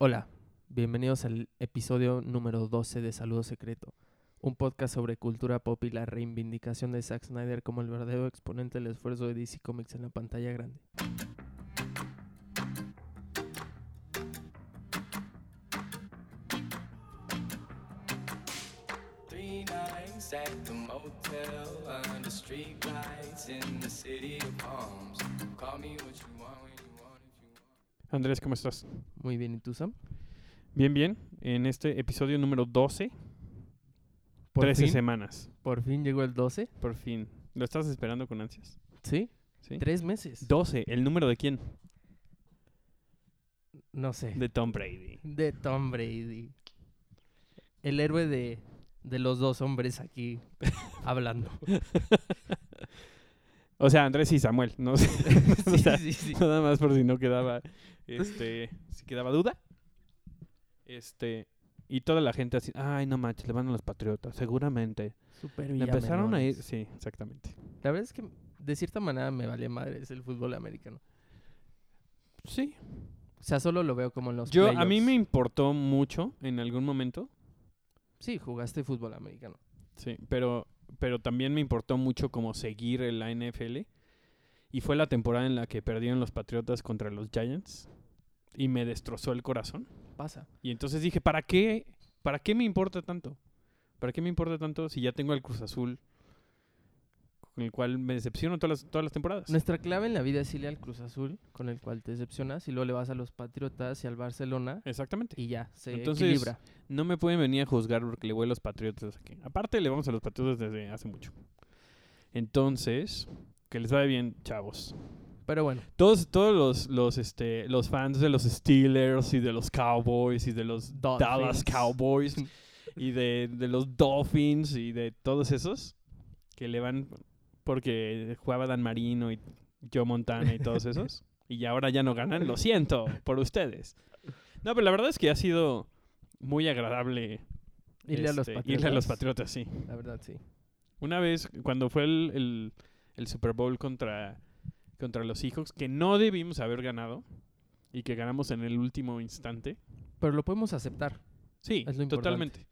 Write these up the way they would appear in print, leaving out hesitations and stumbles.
Hola, bienvenidos al episodio número 12 de Saludo Secreto, un podcast sobre cultura pop y la reivindicación de Zack Snyder como el verdadero exponente del esfuerzo de DC Comics en la pantalla grande. At the motel under street lights in the city of palms. Call me what you want when you want if you want. Andrés, ¿cómo estás? Muy bien, ¿y tú, Sam? Bien, bien. En este episodio número 12, ¿Por 13 fin? semanas. ¿Por fin llegó el 12? Por fin. ¿Lo estás esperando con ansias? ¿Sí? ¿Sí? 3 meses. 12. ¿El número de quién? No sé. De Tom Brady. De Tom Brady. El héroe de los dos hombres aquí hablando. O sea, Andrés y Samuel. No sé. O sea, sí. nada más por si no quedaba, si quedaba duda. Y toda la gente así, ay, no manches, le van a los Patriotas, seguramente. Súper Le empezaron a ir, villamenones. sí, exactamente. La verdad es que de cierta manera me vale madre es el fútbol americano. Sí. O sea, solo lo veo como en los A mí playoffs. me importó mucho en algún momento. Sí, jugaste fútbol americano. Sí, pero también me importó mucho como seguir la NFL. Y fue la temporada en la que perdieron los Patriotas contra los Giants. Y me destrozó el corazón. Pasa. Y entonces dije, ¿para qué me importa tanto? ¿Para qué me importa tanto si ya tengo al Cruz Azul, con el cual me decepciono todas las temporadas? Nuestra clave en la vida es irle al Cruz Azul, con el cual te decepcionas, y luego le vas a los Patriotas y al Barcelona, Exactamente. y ya, se Entonces, equilibra. No me pueden venir a juzgar porque le voy a los Patriotas aquí. Aparte, le vamos a los Patriotas desde hace mucho. Entonces, que les vaya bien, chavos. Pero bueno, Todos los fans de los Steelers y de los Cowboys y de los Dolphins. Dallas Cowboys y de los Dolphins y de todos esos que le van porque jugaba Dan Marino y Joe Montana y todos esos y ahora ya no ganan, lo siento por ustedes. No, pero la verdad es que ha sido muy agradable irle a los Patriotas. irle a los Patriotas, sí. La verdad, sí. Una vez, cuando fue el Super Bowl contra los Seahawks, que no debimos haber ganado y que ganamos en el último instante. Pero lo podemos aceptar. Sí, Es lo totalmente.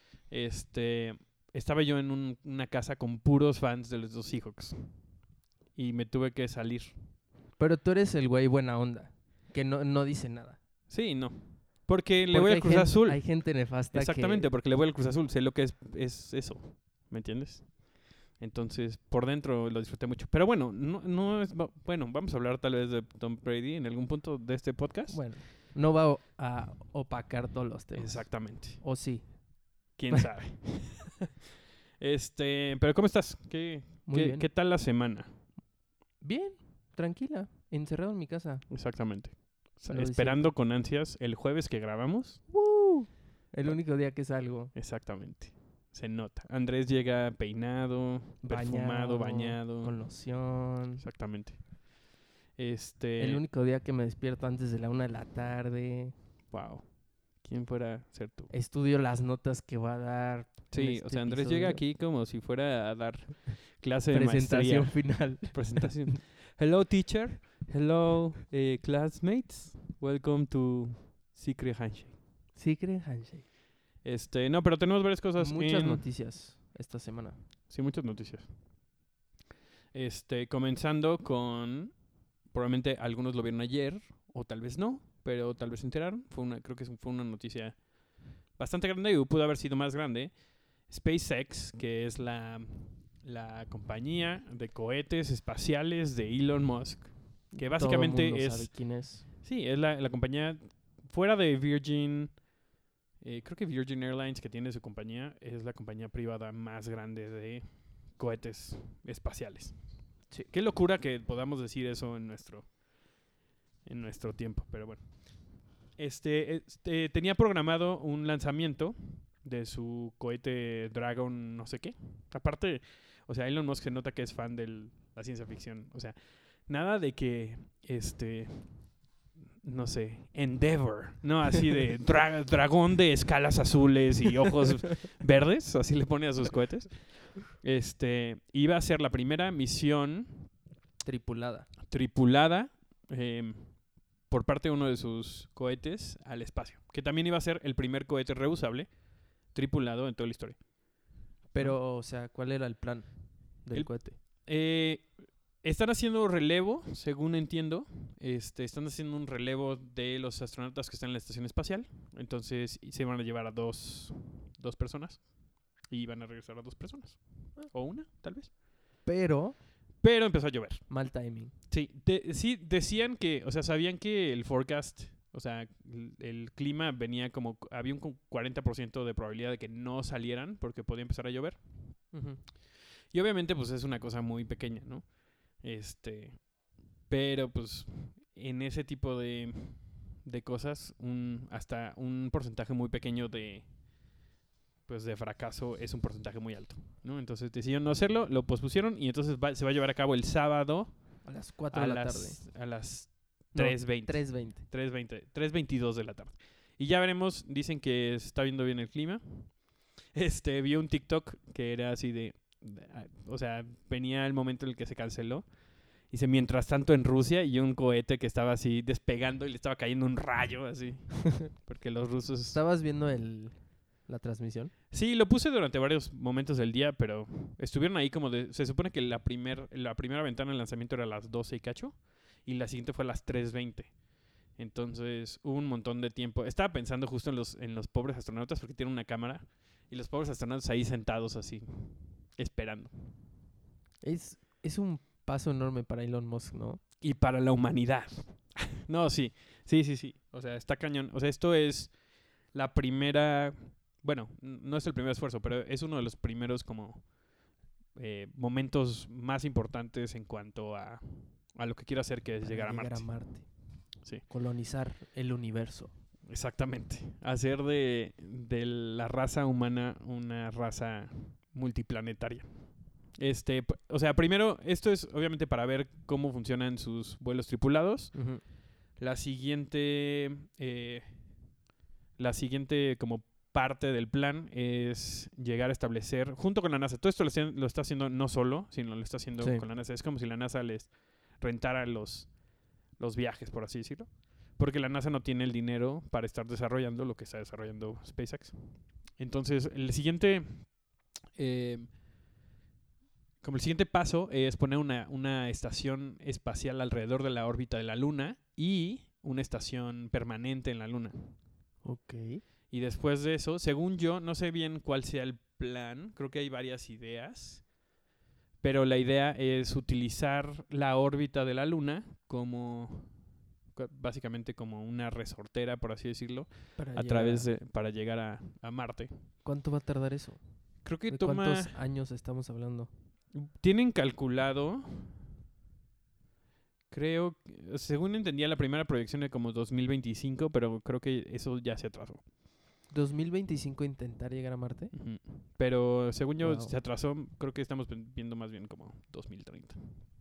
Estaba yo en una casa con puros fans de los dos Seahawks y me tuve que salir. Pero tú eres el güey buena onda, que no dice nada. Sí, no. Porque le Porque voy al hay Cruz gen- Azul. Hay gente nefasta Exactamente, porque le voy al Cruz Azul. Sé lo que es eso. ¿Me entiendes? Entonces, por dentro lo disfruté mucho. Pero bueno, no es... Bueno, vamos a hablar tal vez de Tom Brady en algún punto de este podcast. Bueno, no va a opacar todos los temas. Exactamente. O sí. ¿Quién sabe? Pero ¿cómo estás? Muy bien. ¿Qué tal la semana? Bien, tranquila, encerrado en mi casa. Exactamente. O sea, Lo de esperando con ansias el jueves que grabamos. El único día que salgo. Exactamente. Se nota. Andrés llega peinado, perfumado, bañado. Con loción. Exactamente. El único día que me despierto antes de la 1 de la tarde. Wow. ¿Quién fuera a ser tú? Estudio las notas que va a dar. Sí, en este o sea, Andrés episodio. llega aquí como si fuera a dar clase de Presentación maestría. final. Presentación. Hello, teacher. Hello, classmates. Welcome to Secret Handshake. Secret Handshake. No, pero tenemos varias cosas. Muchas noticias esta semana. Sí, muchas noticias. Comenzando con... Probablemente algunos lo vieron ayer, o tal vez no, pero tal vez se enteraron. Creo que fue una noticia bastante grande y pudo haber sido más grande. SpaceX, que es la compañía de cohetes espaciales de Elon Musk, que básicamente Todo mundo es... sabe quién es. Sí, es la compañía fuera de Virgin... creo que Virgin Airlines, que tiene su compañía, es la compañía privada más grande de cohetes espaciales. Sí. Qué locura que podamos decir eso en nuestro tiempo, pero bueno. Tenía programado un lanzamiento de su cohete Dragon no sé qué. Aparte, o sea, Elon Musk se nota que es fan de la ciencia ficción. O sea, nada de que no sé, Endeavor, ¿no? Así de dragón de escalas azules y ojos verdes, así le pone a sus cohetes. Iba a ser la primera misión Tripulada. tripulada por parte de uno de sus cohetes al espacio, que también iba a ser el primer cohete reusable tripulado en toda la historia. Pero, o sea, ¿cuál era el plan del El- cohete? Están haciendo relevo, según entiendo. Están haciendo un relevo de los astronautas que están en la estación espacial. Entonces se van a llevar a dos personas y van a regresar a 2 personas. O una, tal vez. Pero, Pero empezó a llover. mal timing. Sí, sí, decían que, o sea, sabían que el forecast, o sea, el clima venía como, había un 40% de probabilidad de que no salieran porque podía empezar a llover. Ujú. Y obviamente, pues es una cosa muy pequeña, ¿no? Pero pues en ese tipo de cosas, hasta un porcentaje muy pequeño de fracaso es un porcentaje muy alto, ¿no? Entonces decidieron no hacerlo, lo pospusieron y entonces se va a llevar a cabo el sábado A las 4 a de la tarde. las No, 3:20. 3:20. 3:22 de la tarde. Y ya veremos, dicen que se está viendo bien el clima. Vi un TikTok que era así o sea, venía el momento en el que se canceló. Dice, mientras tanto en Rusia, y un cohete que estaba así despegando y le estaba cayendo un rayo así. Porque los rusos... ¿Estabas viendo la transmisión? Sí, lo puse durante varios momentos del día, pero estuvieron ahí como se supone que la primera ventana de lanzamiento era a las 12 y cacho, y la siguiente fue a las 3:20. Entonces hubo un montón de tiempo. Estaba pensando justo en los pobres astronautas porque tienen una cámara, y los pobres astronautas ahí sentados así, esperando. Es un paso enorme para Elon Musk, ¿no? Y para la humanidad. No, sí. O sea, está cañón. O sea, esto es la primera... Bueno, no es el primer esfuerzo, pero es uno de los primeros como momentos más importantes en cuanto a lo que quiero hacer, que es Para llegar a Marte. Sí. Colonizar el universo. Exactamente. Hacer de la raza humana una raza multiplanetaria. O sea, primero, esto es obviamente para ver cómo funcionan sus vuelos tripulados. Ujú. La siguiente como parte del plan es llegar a establecer, junto con la NASA, todo esto lo está haciendo no solo, sino lo está haciendo Sí. con la NASA. Es como si la NASA les rentara los viajes, por así decirlo. Porque la NASA no tiene el dinero para estar desarrollando lo que está desarrollando SpaceX. Entonces, el siguiente paso es poner una estación espacial alrededor de la órbita de la Luna y una estación permanente en la Luna. Ok. Y después de eso, según yo, no sé bien cuál sea el plan, creo que hay varias ideas, pero la idea es utilizar la órbita de la Luna básicamente como una resortera, por así decirlo, para llegar a Marte. ¿Cuánto va a tardar eso? Creo que ¿De toma... cuántos años estamos hablando? Tienen calculado, creo, según entendía la primera proyección de como 2025, pero creo que eso ya se atrasó. ¿2025 intentar llegar a Marte? Ujú. Pero según yo Wow. se atrasó, creo que estamos viendo más bien como 2030.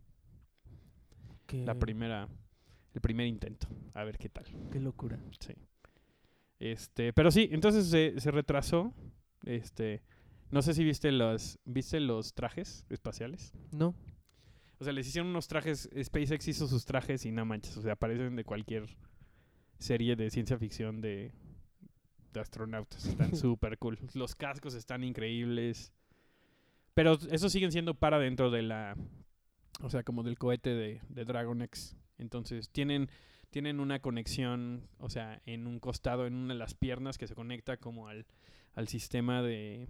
Qué, El primer intento, a ver qué tal. qué locura. Sí. Pero sí, entonces se retrasó. No sé si viste los trajes espaciales. No. O sea, les hicieron unos trajes, SpaceX hizo sus trajes y no manches, o sea, parecen de cualquier serie de ciencia ficción de astronautas. Están súper cool. Los cascos están increíbles. Pero esos siguen siendo para dentro de o sea, como del cohete de Dragon X. Entonces, tienen una conexión, o sea, en un costado, en una de las piernas que se conecta como al sistema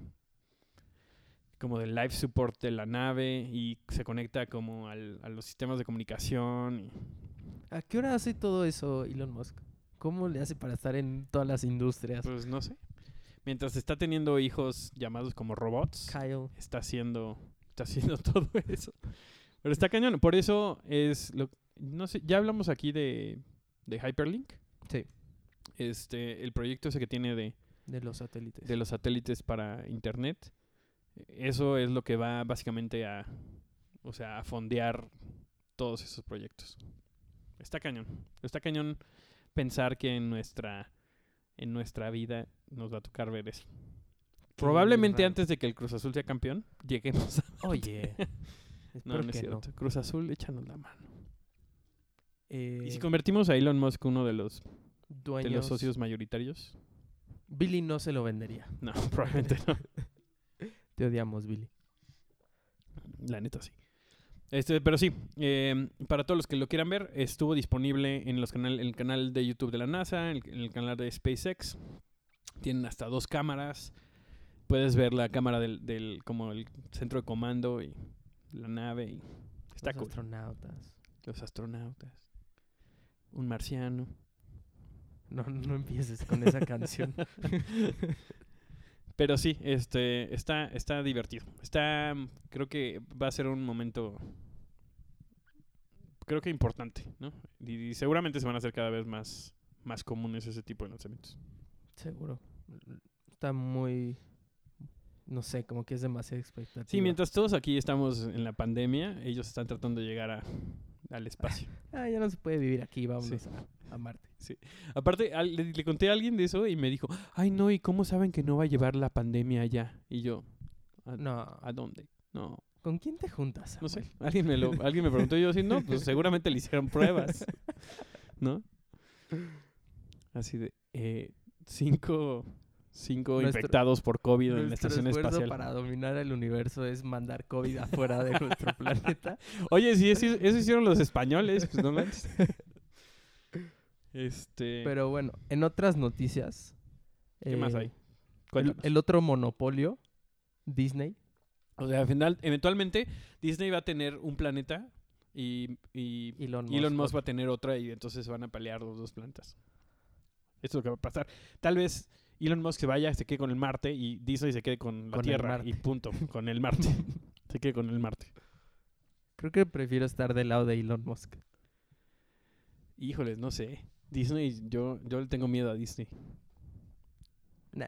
como del life support de la nave y se conecta como a los sistemas de comunicación. ¿A qué hora hace todo eso Elon Musk? ¿Cómo le hace para estar en todas las industrias? Pues no sé. Mientras está teniendo hijos llamados como robots, Kyle. está haciendo todo eso. Pero está cañón. Por eso no sé, ya hablamos aquí de Hyperlink. Sí. El proyecto ese que tiene De los satélites. de los satélites para internet. Eso es lo que va básicamente a fondear todos esos proyectos. Está cañón. Está cañón pensar que en nuestra vida nos va a tocar ver eso. Probablemente raro. antes de que el Cruz Azul sea campeón, lleguemos a... Oye. No, Espero no es que cierto. Cruz Azul, échanos la mano. ¿Y si convertimos a Elon Musk uno de los dueños... socios mayoritarios? Billy no se lo vendería. No, probablemente no. Te odiamos, Billy. La neta sí. Pero sí, para todos los que lo quieran ver, estuvo disponible en el canal de YouTube de la NASA, en el canal de SpaceX. Tienen hasta 2 cámaras. Puedes ver la cámara como el centro de comando y la nave. Y está Los cool. astronautas. Los astronautas. Un marciano. No empieces con esa canción. Pero sí, está divertido. Creo que va a ser un momento, creo que importante, ¿no? Y seguramente se van a hacer cada vez más comunes ese tipo de lanzamientos. Seguro. Está muy... No sé, como que es demasiada expectativa. Sí, mientras todos aquí estamos en la pandemia, ellos están tratando de llegar al espacio. Ya no se puede vivir aquí, vámonos Sí. a Marte. Aparte, le conté a alguien de eso y me dijo, ay no, ¿y cómo saben que no va a llevar la pandemia allá? Y yo, No. ¿a dónde? No, ¿Con quién te juntas, no Samuel? sé. Alguien me preguntó y yo así, no, pues seguramente le hicieron pruebas, ¿no? Así de, 5 Nuestro- infectados por COVID en la Nuestro estación esfuerzo espacial. para dominar el universo es mandar COVID afuera de nuestro planeta. Oye, sí, eso hicieron los españoles, pues no manches. Pero bueno, en otras noticias... ¿Qué más hay? El, Cuéntanos. el otro monopolio, Disney, O sea, al final, eventualmente, Disney va a tener un planeta y Elon Musk va a tener otra y entonces van a pelear los 2 planetas. Esto es lo que va a pasar. Tal vez Elon Musk se vaya, se quede con el Marte y Disney se quede con la Con el Tierra Marte. y punto. Con el Marte. Se quede con el Marte. Creo que prefiero estar del lado de Elon Musk. Híjoles, no sé. Disney, yo le tengo miedo a Disney. Nah.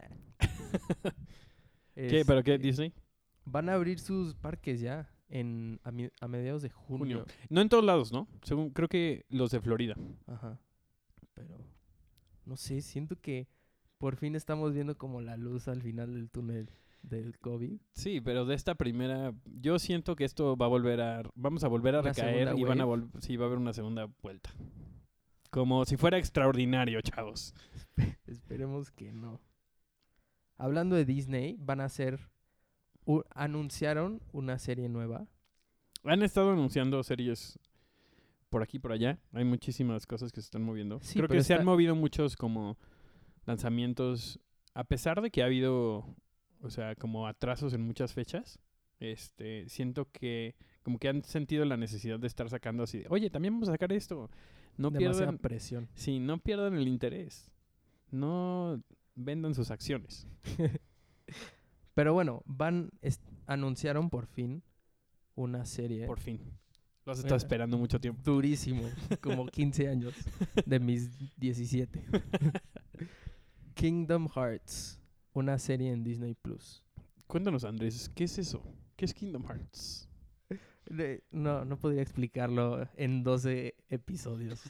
¿Qué? ¿Pero qué? Este, ¿Disney? Van a abrir sus parques ya a mediados de junio. No en todos lados, ¿no? Creo que los de Florida. Ajá. Pero no sé, siento que por fin estamos viendo como la luz al final del túnel del COVID. Sí, pero de esta primera, yo siento que esto vamos a volver a Una recaer segunda y va a wave. haber una segunda vuelta. Como si fuera extraordinario, chavos. Esperemos que no. Hablando de Disney, van a hacer... anunciaron una serie nueva. Han estado anunciando series por aquí y por allá. Hay muchísimas cosas que se están moviendo. Sí, Creo pero que se han está- movido muchos como lanzamientos, a pesar de que ha habido, o sea, como atrasos en muchas fechas. Siento que como que han sentido la necesidad de estar sacando así de, oye, también vamos a sacar esto. No Demasiada pierdan, presión. sí, no pierdan el interés. No vendan sus acciones. Pero bueno, anunciaron por fin una serie Por fin. Lo has estado Mira. esperando mucho tiempo. durísimo, como 15 años de mis 17. Kingdom Hearts, una serie en Disney Plus. Cuéntanos, Andrés, ¿qué es eso? ¿Qué es Kingdom Hearts? No podría explicarlo en 12 episodios.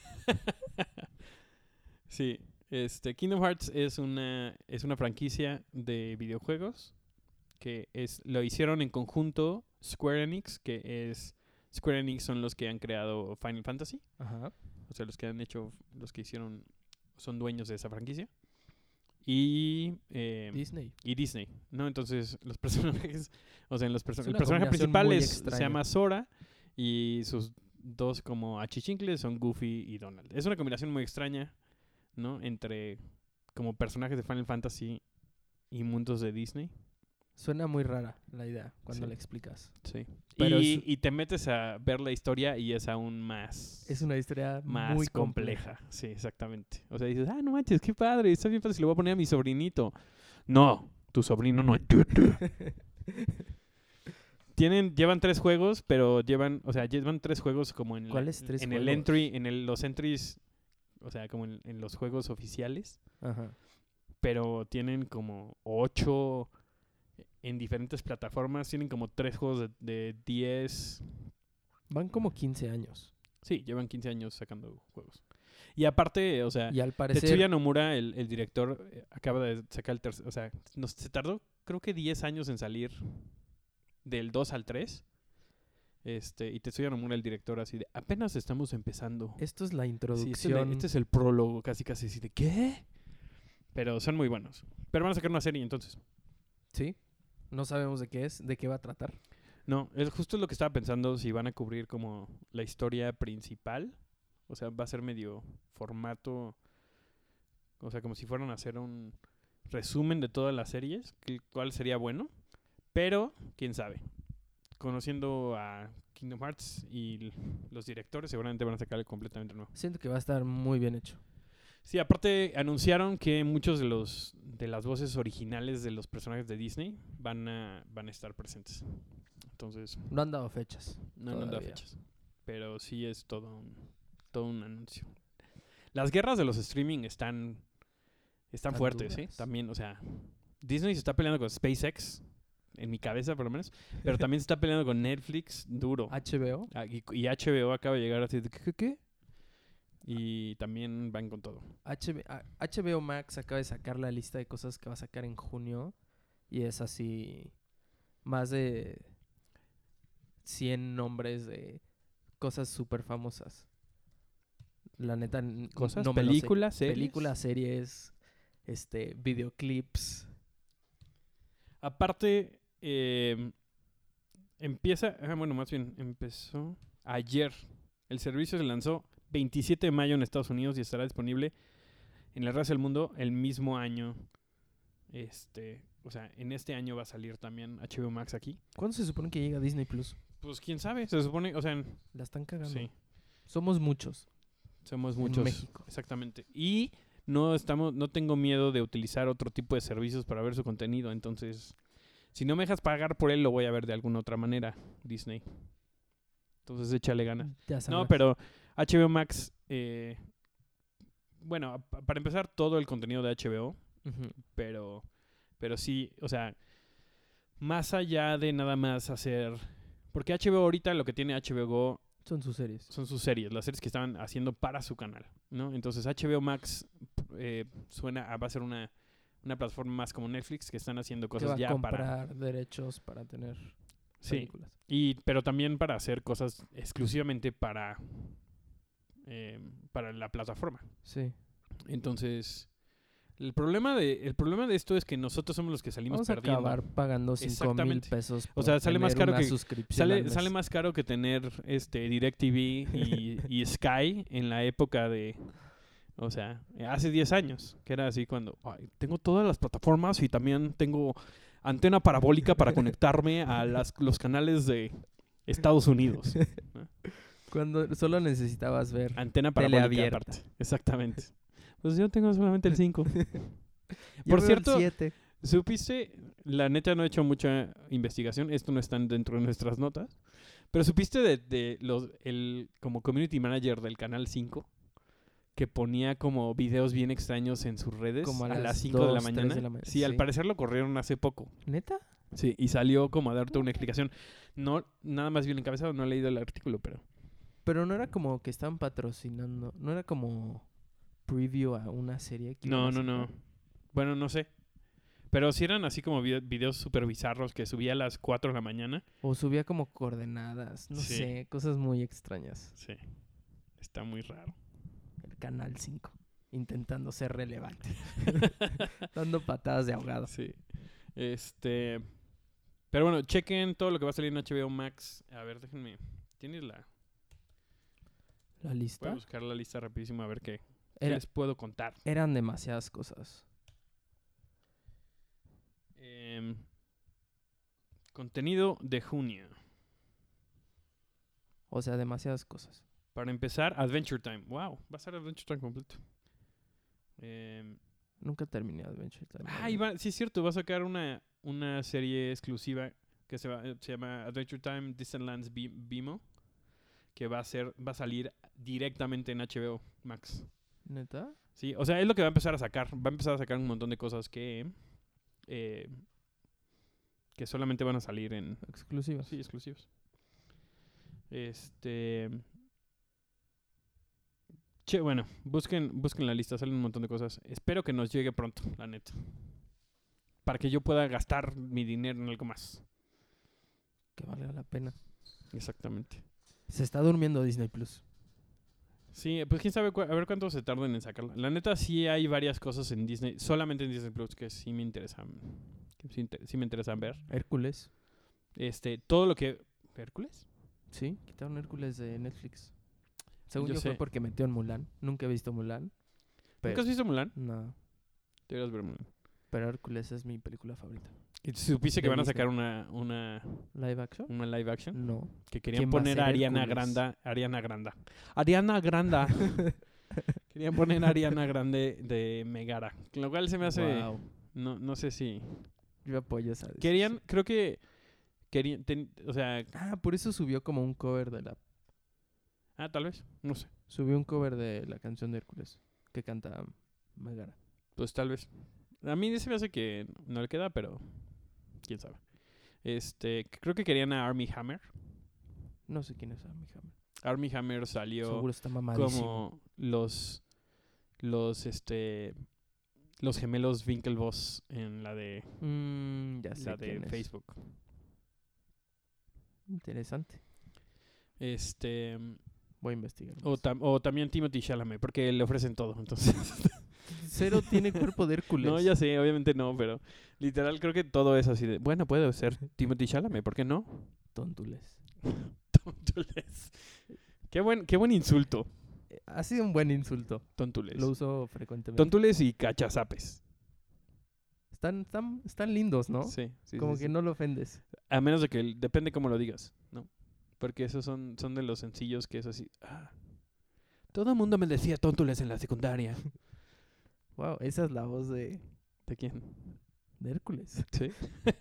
Sí, Kingdom Hearts es una franquicia de videojuegos que lo hicieron en conjunto Square Enix, Square Enix son los que han creado Final Fantasy, Ajá. o sea, los que hicieron, son dueños de esa franquicia. Y Disney. ¿no? Entonces, los personajes, o sea, una el personaje combinación principal muy se extraña. llama Sora y sus 2 como achichincles son Goofy y Donald. Es una combinación muy extraña, ¿no? Entre como personajes de Final Fantasy y mundos de Disney. Suena muy rara la idea cuando Sí. la explicas. Sí. Pero Y te metes a ver la historia y es aún más... Es una historia más muy compleja. Sí, exactamente. O sea, dices, no manches, qué padre, está bien padre, se lo voy a poner a mi sobrinito. No, tu sobrino no entiende. Llevan 3 juegos, pero llevan 3 juegos como en ¿Cuáles 3 en el juegos? entry, los entries, o sea, como en los juegos oficiales, Ajá. pero tienen como 8 en diferentes plataformas, tienen como 3 juegos de 10. Van como 15 años. Sí, llevan 15 años sacando juegos. Y aparte, o sea, Y al parecer... Tetsuya Nomura, el director, acaba de sacar el tercer... O sea, se tardó creo que 10 años en salir del 2 al 3. Y Tetsuya Nomura, el director, así de, apenas estamos empezando. Esto es la Sí, introducción. este es el prólogo, casi así de, ¿qué? Pero son muy buenos. Pero van a sacar una serie, entonces. ¿Sí? No sabemos de qué es, de qué va a tratar. No, es justo lo que estaba pensando, si van a cubrir como la historia principal. O sea, va a ser medio formato, o sea, como si fueran a hacer un resumen de todas las series, cuál sería bueno. Pero, quién sabe. Conociendo a Kingdom Hearts y los directores, seguramente van a sacar completamente nuevo. Siento que va a estar muy bien hecho. Sí, aparte anunciaron que muchos de las voces originales de los personajes de Disney van a estar presentes. Entonces, No han dado fechas. no han dado todavía. fechas. Pero sí es todo un anuncio. Las guerras de los streaming están fuertes, ¿sí? duras. También, o sea, Disney se está peleando con SpaceX, en mi cabeza por lo menos, pero también se está peleando con Netflix duro. HBO. Y HBO acaba de llegar así de, ¿qué? Y también van con todo. HBO Max acaba de sacar la lista de cosas que va a sacar en junio. Y es así. Más de 100 nombres de cosas súper famosas. La neta, Cosas, no me lo sé. películas, series. Películas, series, videoclips. Aparte, más bien, empezó ayer. El servicio se lanzó 27 de mayo en Estados Unidos y estará disponible en el resto del mundo el mismo año. O sea, en este año va a salir también HBO Max aquí. ¿Cuándo se supone que llega Disney Plus? Pues quién sabe, se supone, o sea, La están cagando. sí, Somos muchos. somos En muchos. México. Exactamente. Y no tengo miedo de utilizar otro tipo de servicios para ver su contenido, entonces si no me dejas pagar por él, lo voy a ver de alguna otra manera, Disney. Entonces échale ganas. Ya No, sabrás. pero HBO Max, bueno, para empezar, todo el contenido de HBO, Ujú. pero sí, o sea, más allá de nada más hacer... Porque HBO ahorita lo que tiene HBO Go Son sus series. son sus series, las series que estaban haciendo para su canal, ¿no? Entonces HBO Max va a ser una plataforma más como Netflix, que están haciendo Que va cosas a ya comprar para... derechos para tener Sí, películas. pero también para hacer cosas exclusivamente para la plataforma. Sí. Entonces, el problema de esto es que nosotros somos los que salimos Vamos a perdiendo. acabar pagando 5,000 Exactamente. pesos. O sea, por sale más tener caro una que- suscripción al mes. Sale más caro que tener DirecTV y Sky en la época de... O sea, hace 10 años, que era así cuando... "Ay, tengo todas las plataformas y también tengo antena parabólica para conectarme a los canales de Estados Unidos". ¿no? Cuando solo necesitabas ver. Antena parabólica Teleabierta. aparte. Exactamente. Pues yo tengo solamente el 5. Yo Por veo el cierto, 7. ¿supiste? La neta no he hecho mucha investigación. Esto no está dentro de nuestras notas. Pero ¿supiste el como community manager del Canal 5? Que ponía como videos bien extraños en sus redes Como a a las las 5 de la 2, 3 mañana. de la mañana. Sí, al Sí. parecer lo corrieron hace poco. ¿Neta? Sí, y salió como a darte una explicación. No, nada más bien encabezado, no he leído el artículo, pero... Pero no era como que estaban patrocinando. No era como preview a una serie. Que iban a No. sacar. Bueno, no sé. Pero sí eran así como videos súper bizarros que subía a las 4 de la mañana. O subía como coordenadas. No Sí. sé. Cosas muy extrañas. Sí, está muy raro. El Canal 5. Intentando ser relevante. Dando patadas de ahogado. Sí. Pero bueno, chequen todo lo que va a salir en HBO Max. A ver, déjenme. ¿Tienes la...? La Voy a lista. buscar la lista rapidísimo a ver qué Era- les puedo contar. eran demasiadas cosas. Contenido de junio. O sea, demasiadas cosas. Para empezar, Adventure Time. Wow, va a ser Adventure Time completo. Nunca terminé Adventure Time. Sí es cierto, va a sacar una serie exclusiva que se llama Adventure Time Distant Lands BMO, que va a salir directamente en HBO Max. ¿Neta? Sí, o sea, es lo que va a empezar a sacar. Va a empezar a sacar un montón de cosas que solamente van a salir en... Exclusivas. Sí, exclusivos. Bueno, busquen la lista, salen un montón de cosas. Espero que nos llegue pronto, la neta. Para que yo pueda gastar mi dinero en algo más. Que valga la pena. Exactamente. Se está durmiendo Disney Plus. Sí, pues quién sabe, a ver cuánto se tardan en sacarla. La neta, sí hay varias cosas en Disney, solamente en Disney Plus, que sí me interesan, sí me interesan ver. Hércules. Todo lo que... ¿Hércules? Sí, quitaron Hércules de Netflix. Según Yo yo fue sé. porque metió en Mulan. Nunca he visto Mulan. ¿Nunca Pero, has visto Mulan? no, Deberías ver Mulan. pero Hércules es mi película favorita. ¿Y supiste que De van a Disney. sacar una ¿Live action? live action? No. Que querían ¿Quién va a poner a ser Ariana Hércules? Grande. Ariana Grande. Querían poner a Ariana Grande de Megara. Lo cual se me hace... Wow. No sé si... Yo apoyo esa decisión. Querían, creo que... Querían, o sea... Ah, por eso subió como un cover de la... tal vez. No sé. Subió un cover de la canción de Hércules que canta Megara. Pues tal vez. A mí se me hace que no le queda, pero... Quién sabe. Creo que querían a Armie Hammer. No sé quién es Armie Hammer. Armie Hammer salió... Seguro está mamadísimo. como los gemelos Winklevoss en la de Ya sé la de quién es. Facebook. Interesante. Voy a investigar. O, más. o también Timothy Chalamet, porque le ofrecen todo, entonces. Cero tiene cuerpo de Hércules. No, ya sé, obviamente no, pero literal creo que todo es así de, bueno, puede ser Timothy Chalamet, ¿por qué no? Tontules. Tontules. Qué buen insulto, Ha sido un buen insulto. tontules. Lo uso frecuentemente. Tontules y cachazapes. Están lindos, ¿no? Sí, sí, Como sí, que sí. no lo ofendes. A menos de que depende cómo lo digas, ¿no? Porque esos son de los sencillos que es así. Todo el mundo me decía tontules en la secundaria. Wow, esa es la voz de ¿De quién? Hércules. Sí.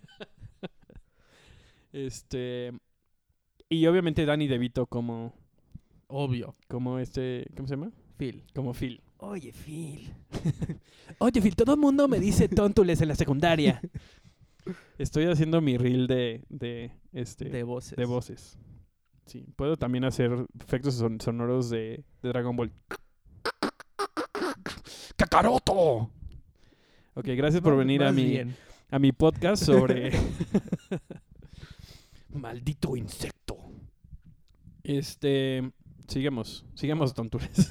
Y obviamente Danny DeVito como Obvio. ¿cómo se llama? Phil. Como Phil. Oye, Phil. Oye, Phil, todo el mundo me dice tontules en la secundaria. Estoy haciendo mi reel de De voces. de voces. Sí, puedo también hacer efectos sonoros de Dragon Ball. ¡Kakaroto! Ok, gracias por venir a Más mi, bien. a mi podcast sobre... Maldito insecto. Sigamos tontules.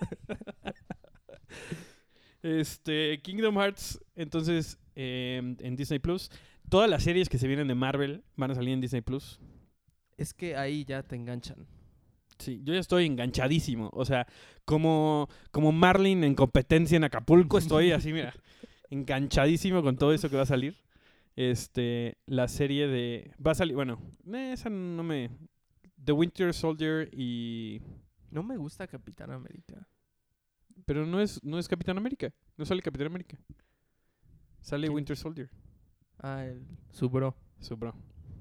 Kingdom Hearts, entonces, en Disney Plus. Todas las series que se vienen de Marvel van a salir en Disney Plus. Es que ahí ya te enganchan. Sí, yo ya estoy enganchadísimo. O sea, como Marlin en competencia en Acapulco, estoy así, mira, enganchadísimo con todo eso que va a salir. La serie de... Va a salir, bueno, esa no me... The Winter Soldier y... No me gusta Capitán América. Pero no es Capitán América. No sale Capitán América. Sale ¿Quién? Winter Soldier. Su bro. Su bro.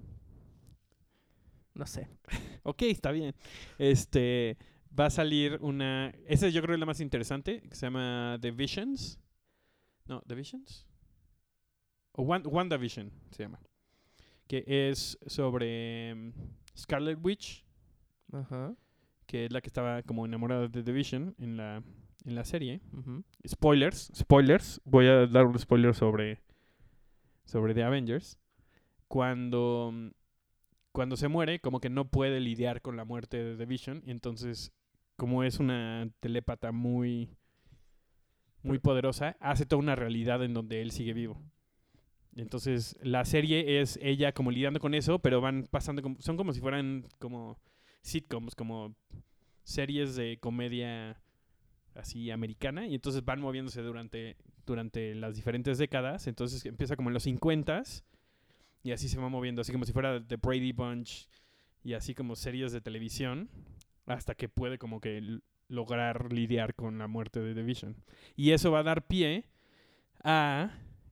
No sé. Ok, está bien. Va a salir una... Esa yo creo es la más interesante, que se llama The Visions. No, ¿The Visions? O WandaVision se llama. Que es sobre Scarlet Witch, Ajá. que es la que estaba como enamorada de The Vision en la serie. Ujú. Spoilers. Voy a dar un spoiler sobre The Avengers. Cuando se muere, como que no puede lidiar con la muerte de The Vision. Y entonces, como es una telépata muy poderosa, hace toda una realidad en donde él sigue vivo. Y entonces, la serie es ella como lidiando con eso, pero van pasando, son como si fueran como sitcoms, como series de comedia así americana. Y entonces van moviéndose durante las diferentes décadas. Entonces empieza como en los 50s. Y así se va moviendo, así como si fuera The Brady Bunch y así como series de televisión, hasta que puede como que lograr lidiar con la muerte de The Vision. Y eso va a dar pie a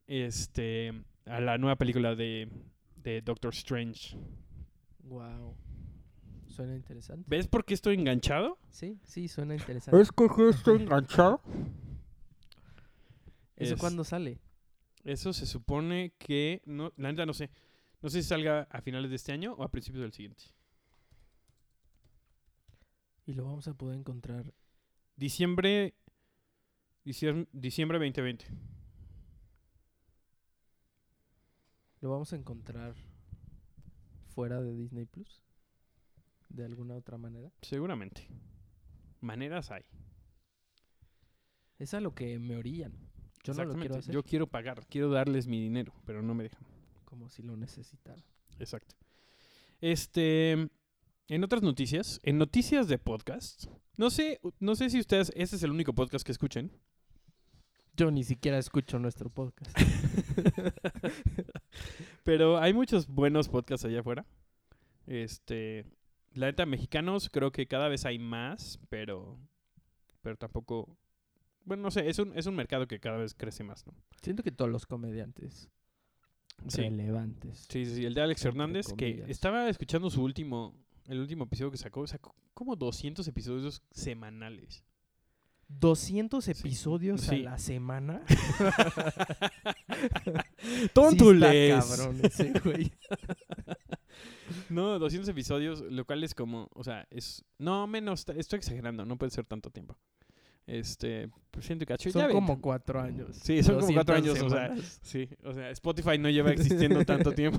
la nueva película de Doctor Strange. Wow. Suena interesante. ¿Ves por qué estoy enganchado? Sí, suena interesante. que estoy enganchado? ¿Eso cuándo sale? Eso se supone que... No, la neta no sé. No sé si salga a finales de este año o a principios del siguiente. Y lo vamos a poder encontrar. Diciembre 2020. ¿Lo vamos a encontrar fuera de Disney Plus? de alguna otra manera. Seguramente. Maneras hay. Es a lo que me orillan. Yo no lo quiero hacer Yo quiero pagar, quiero darles mi dinero, pero no me dejan. como si lo necesitara. Exacto. En otras noticias, en noticias de podcast, no sé si ustedes, este es el único podcast que escuchen. Yo ni siquiera escucho nuestro podcast. Pero hay muchos buenos podcasts allá afuera. La neta, mexicanos creo que cada vez hay más, pero tampoco... Bueno, no sé, es un mercado que cada vez crece más, ¿no? Siento que todos los comediantes Sí. relevantes. Sí, el de Alex Entre Hernández, que comillas. estaba escuchando el último episodio que sacó como 200 episodios semanales. 200 episodios Sí. a la semana. ¡Tontules! Sí está cabrón ese güey. No, 200 episodios, lo cual es como, o sea, no, menos, estoy exagerando, no puede ser tanto tiempo. Pues siento y cacho. Son Ya como ven. 4 años. Sí, son como 4 200 años, o sea, semanas. sí, o sea, Spotify no lleva existiendo tanto tiempo.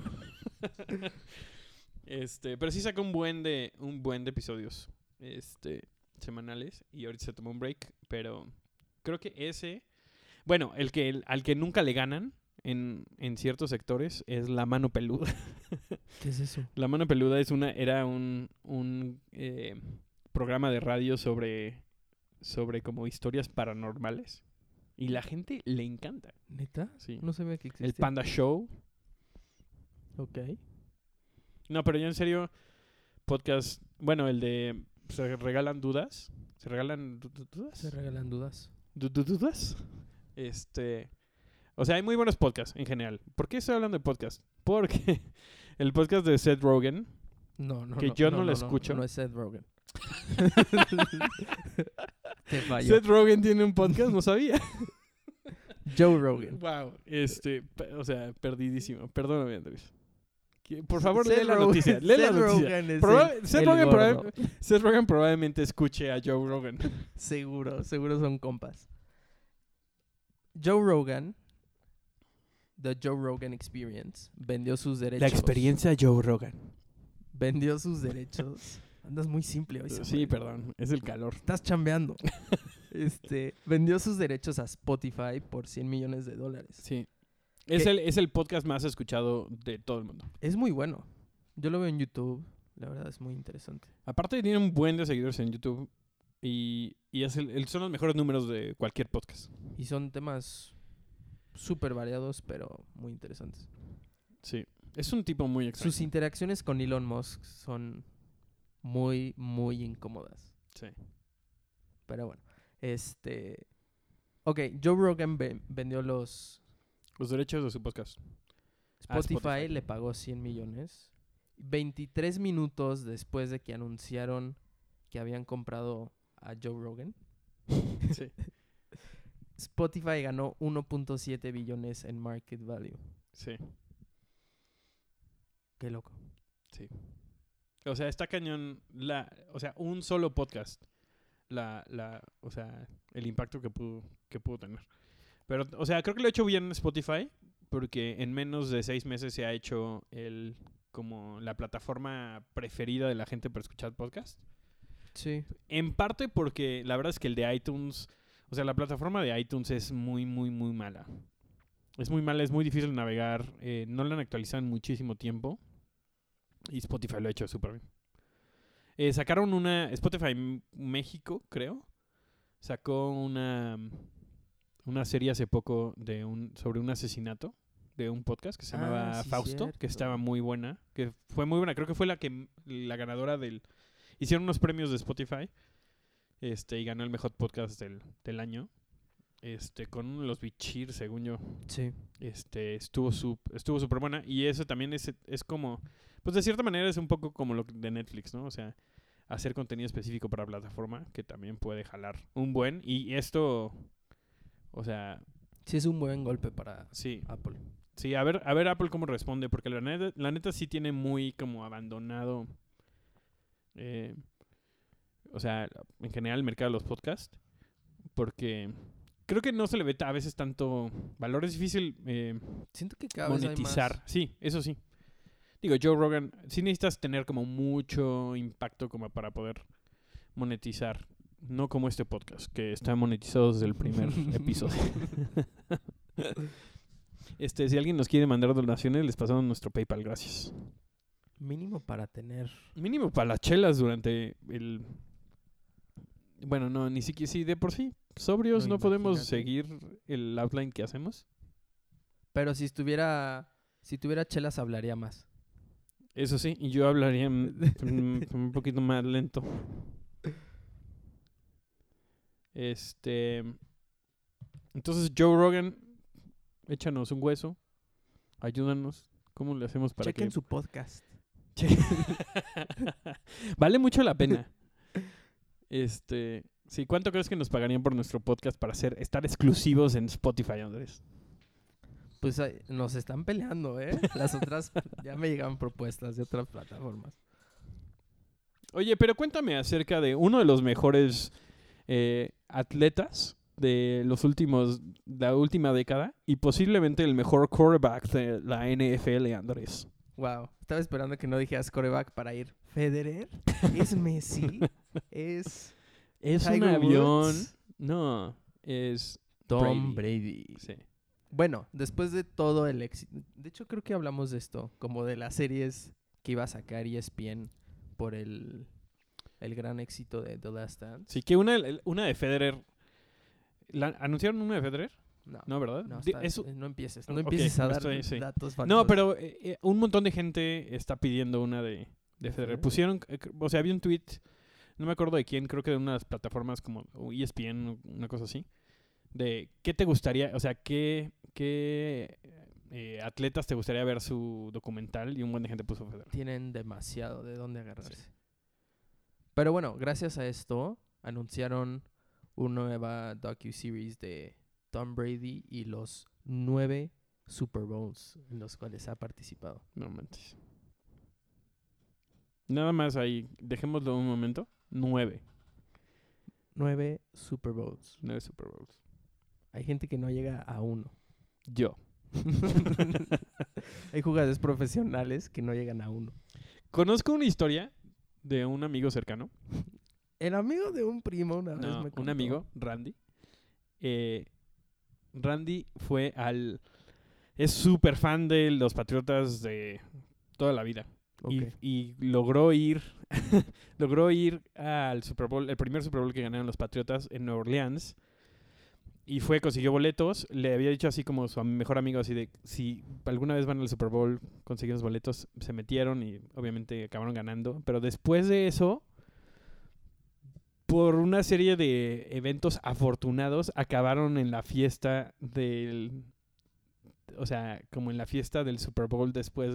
Pero sí saca un buen de episodios, semanales, y ahorita se tomó un break, pero creo que bueno, al que nunca le ganan en ciertos sectores es La Mano Peluda. ¿Qué es eso? La Mano Peluda era un programa de radio sobre como historias paranormales. Y la gente le encanta. ¿Neta? Sí. No sabía que existía. El Panda Show. Ok. No, pero ya en serio, podcast... Bueno, el de... ¿Se regalan dudas? ¿Se regalan dudas? Se regalan dudas. ¿Dudas? O sea, hay muy buenos podcasts en general. ¿Por qué estoy hablando de podcast? Porque el podcast de Seth Rogen... No. Que yo no lo escucho. No es Seth Rogen. Te falló. Seth Rogen tiene un podcast, no sabía. Joe Rogan. Wow. O sea, perdidísimo. Perdóname, Andrés. Por favor, Seth lee la Rogen- noticia. Lee la Seth noticia. Rogen es Seth el Rogen gordo. Seth Rogen probablemente escuche a Joe Rogan. Seguro son compas. Joe Rogan, The Joe Rogan Experience, vendió sus derechos. Joe Rogan. Vendió sus derechos. Andas muy simple hoy. Sí, Samuel. perdón. Es el calor. Estás chambeando. Vendió sus derechos a Spotify por $100 millones. Sí. Es el podcast más escuchado de todo el mundo. Es muy bueno. Yo lo veo en YouTube. La verdad es muy interesante. Aparte tiene un buen de seguidores en YouTube. Y son los mejores números de cualquier podcast. Y son temas súper variados, pero muy interesantes. Sí. Es un tipo muy extraño. Sus interacciones con Elon Musk son muy, muy incómodas. Sí. Pero bueno. Ok, Joe Rogan vendió los... Los derechos de su podcast. Spotify le pagó 100 millones. 23 minutos después de que anunciaron que habían comprado a Joe Rogan, Sí. Spotify ganó 1.7 billones en market value. Sí. Qué loco. Sí. O sea, está cañón. O sea, un solo podcast. O sea, el impacto que pudo tener. Pero, o sea, creo que lo ha hecho bien Spotify. Porque en menos de 6 meses se ha hecho como la plataforma preferida de la gente para escuchar podcast. Sí. En parte porque la verdad es que el de iTunes... O sea, la plataforma de iTunes es muy, muy, muy mala. Es muy mala, es muy difícil de navegar. No la han actualizado en muchísimo tiempo. Y Spotify lo ha hecho súper bien. Sacaron Spotify México, creo. Sacó una serie hace poco sobre un asesinato de un podcast que se llamaba sí, Fausto, cierto. que estaba muy buena. Que fue muy buena. Creo que fue la ganadora del... Hicieron unos premios de Spotify. Y ganó el mejor podcast del año. Con los Bichir, según yo. Sí. Estuvo súper buena. Y eso también es como... Pues de cierta manera es un poco como lo de Netflix, ¿no? O sea, hacer contenido específico para la plataforma que también puede jalar un buen. Y esto, o sea... Sí, es un buen golpe para Sí, Apple. sí, a ver Apple cómo responde. Porque la neta sí tiene muy como abandonado... o sea, en general el mercado de los podcasts. Porque creo que no se le ve a veces tanto valor. Es difícil Siento que cada vez hay monetizar. más. Sí, eso sí. Digo, Joe Rogan, sí necesitas tener como mucho impacto como para poder monetizar. No como este podcast, que está monetizado desde el primer episodio. Si alguien nos quiere mandar donaciones, les pasamos nuestro PayPal, gracias. Mínimo para tener... Mínimo para las chelas durante el... Bueno, no, ni siquiera, si de por sí, sobrios No, no podemos imagínate. seguir el outline que hacemos. Pero si tuviera chelas hablaría más. Eso sí, y yo hablaría un poquito más lento. Entonces, Joe Rogan, échanos un hueso, ayúdanos. ¿Cómo le hacemos para Chequen que...? su podcast. Vale mucho la pena. Sí, ¿cuánto crees que nos pagarían por nuestro podcast para estar exclusivos en Spotify, Andrés? Pues nos están peleando, ¿eh? Las otras ya me llegan propuestas de otras plataformas. Oye, pero cuéntame acerca de uno de los mejores atletas de la última década y posiblemente el mejor quarterback de la NFL, Andrés. Wow. Estaba esperando que no dijeras coreback para ir. ¿Federer? ¿Es Messi? ¿Es Es un Tiger avión. Woods? No, es Tom Brady? Sí. Bueno, después de todo el éxito... De hecho, creo que hablamos de esto. Como de las series que iba a sacar ESPN por el gran éxito de The Last Dance. Sí, que una de Federer. ¿Anunciaron una de Federer? No, No, ¿verdad? no, no empieces. No Ok, empieces a me dar sí. datos falsos. No, pero un montón de gente está pidiendo una de Federer. Federer? Pusieron, o sea, había un tweet, no me acuerdo de quién, creo que de unas plataformas como ESPN, una cosa así, de qué te gustaría, o sea, qué atletas te gustaría ver su documental, y un buen de gente puso Federer. Tienen demasiado de dónde agarrarse. Sí. Pero bueno, gracias a esto anunciaron una nueva docu-series de Tom Brady y los 9 Super Bowls en los cuales ha participado. No manches. Nada más ahí, dejémoslo un momento. 9 Super Bowls. Super Bowls. Hay gente que no llega a uno. Yo. Hay jugadores profesionales que no llegan a uno. Conozco una historia de un amigo cercano. El amigo de un primo una vez me contó. Un amigo, Randy. Randy es súper fan de los Patriotas de toda la vida. Okay. Y logró ir al Super Bowl, el primer Super Bowl que ganaron los Patriotas en Nueva Orleans. Y consiguió boletos. Le había dicho así como su mejor amigo, así de, si alguna vez van al Super Bowl, consiguieron los boletos, se metieron y obviamente acabaron ganando. Pero después de eso, por una serie de eventos afortunados, acabaron en la fiesta o sea, como en la fiesta del Super Bowl después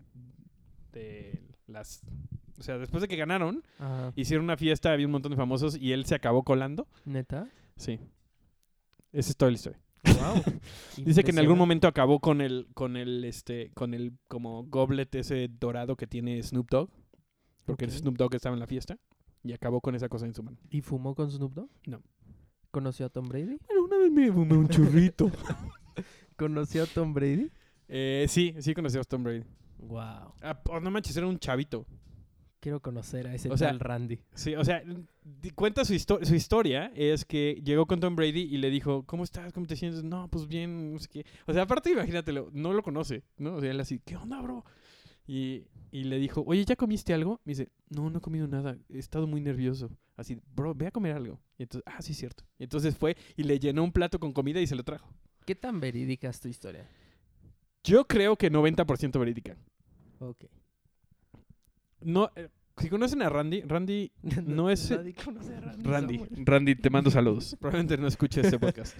o sea, después de que ganaron, Ajá. hicieron una fiesta, había un montón de famosos y él se acabó colando. ¿Neta? Sí. Esa es toda la historia. Wow. Dice que en algún momento acabó con el como goblet ese dorado que tiene Snoop Dogg. Porque Ok. Snoop Dogg estaba en la fiesta. Y acabó con esa cosa en su mano. ¿Y fumó con Snoop Dogg? No. ¿Conoció a Tom Brady? Bueno, una vez me fumé un churrito. ¿Conoció a Tom Brady? Sí conocí a Tom Brady. Wow. No manches, era un chavito. Quiero conocer a ese O sea, tal Randy. Sí, o sea, cuenta su historia. Es que llegó con Tom Brady y le dijo, ¿cómo estás? ¿Cómo te sientes? No, pues bien, no sé qué. O sea, aparte, imagínatelo, no lo conoce, ¿no? O sea, él así, ¿qué onda, bro? Y le dijo, oye, ¿ya comiste algo? Me dice, no he comido nada, he estado muy nervioso. Así, bro, ve a comer algo. Y entonces, sí, es cierto. Y entonces fue y le llenó un plato con comida y se lo trajo. ¿Qué tan verídica es tu historia? Yo creo que 90% verídica. Ok. No, si conocen a Randy no es... Nadie conoce a Randy. Randy, Samuel. Randy, te mando saludos. Probablemente no escuche este podcast.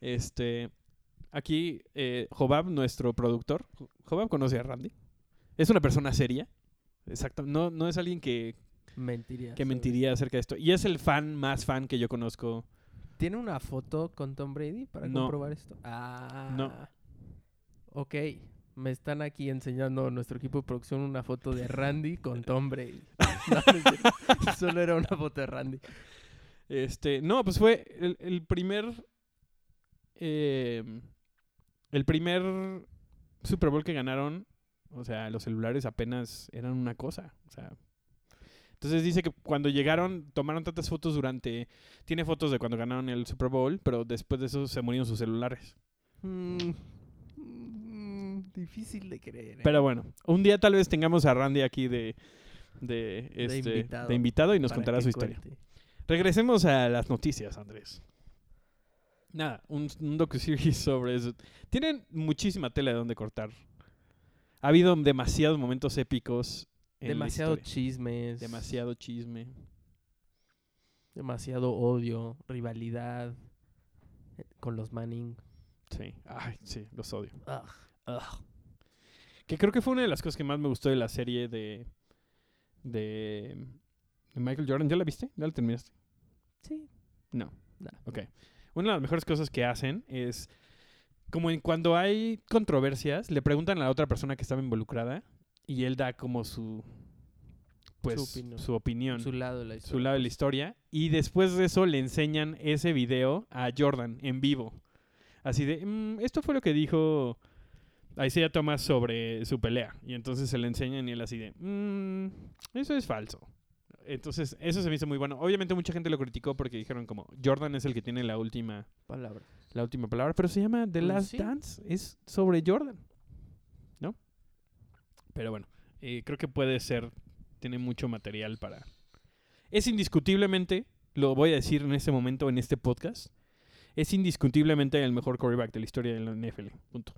Aquí, Jobab, nuestro productor, Jobab conoce a Randy. Es una persona seria. Exacto. No es alguien que Mentiría. mentiría acerca de esto. Y es el más fan que yo conozco. ¿Tiene una foto con Tom Brady para No. comprobar esto? No. Ok. Me están aquí enseñando nuestro equipo de producción una foto de Randy con Tom Brady. No es cierto. Solo era una foto de Randy. No, pues fue el primer Super Bowl que ganaron O sea, los celulares apenas eran una cosa. O sea, entonces dice que cuando llegaron, tomaron tantas fotos tiene fotos de cuando ganaron el Super Bowl, pero después de eso se murieron sus celulares. Difícil de creer. Pero bueno, un día tal vez tengamos a Randy aquí de invitado y nos para contará que su historia. cuente. Regresemos a las noticias, Andrés. Nada, un docuseries sobre eso. Tienen muchísima tela de donde cortar. Ha habido demasiados momentos épicos en Demasiado la historia. chismes. Demasiado chisme. Demasiado odio, rivalidad con los Manning. Sí, ay, sí, los odio. Ugh. Que creo que fue una de las cosas que más me gustó de la serie de Michael Jordan. ¿Ya la viste? ¿Ya la terminaste? Sí. No. No. Ok. Una de las mejores cosas que hacen es, como cuando hay controversias, le preguntan a la otra persona que estaba involucrada y él da como su opinión, Su lado de la historia. su lado de la historia, y después de eso le enseñan ese video a Jordan en vivo. Así de, esto fue lo que dijo Isaiah Thomas sobre su pelea. Y entonces se le enseñan y él así de, eso es falso. Entonces, eso se me hizo muy bueno. Obviamente mucha gente lo criticó porque dijeron como, Jordan es el que tiene la última Palabra. pero se llama The Last Sí. Dance, es sobre Jordan, ¿no? Pero bueno, creo que tiene mucho material para... Es indiscutiblemente, lo voy a decir en este momento, en este podcast, es indiscutiblemente el mejor quarterback de la historia de la NFL, punto.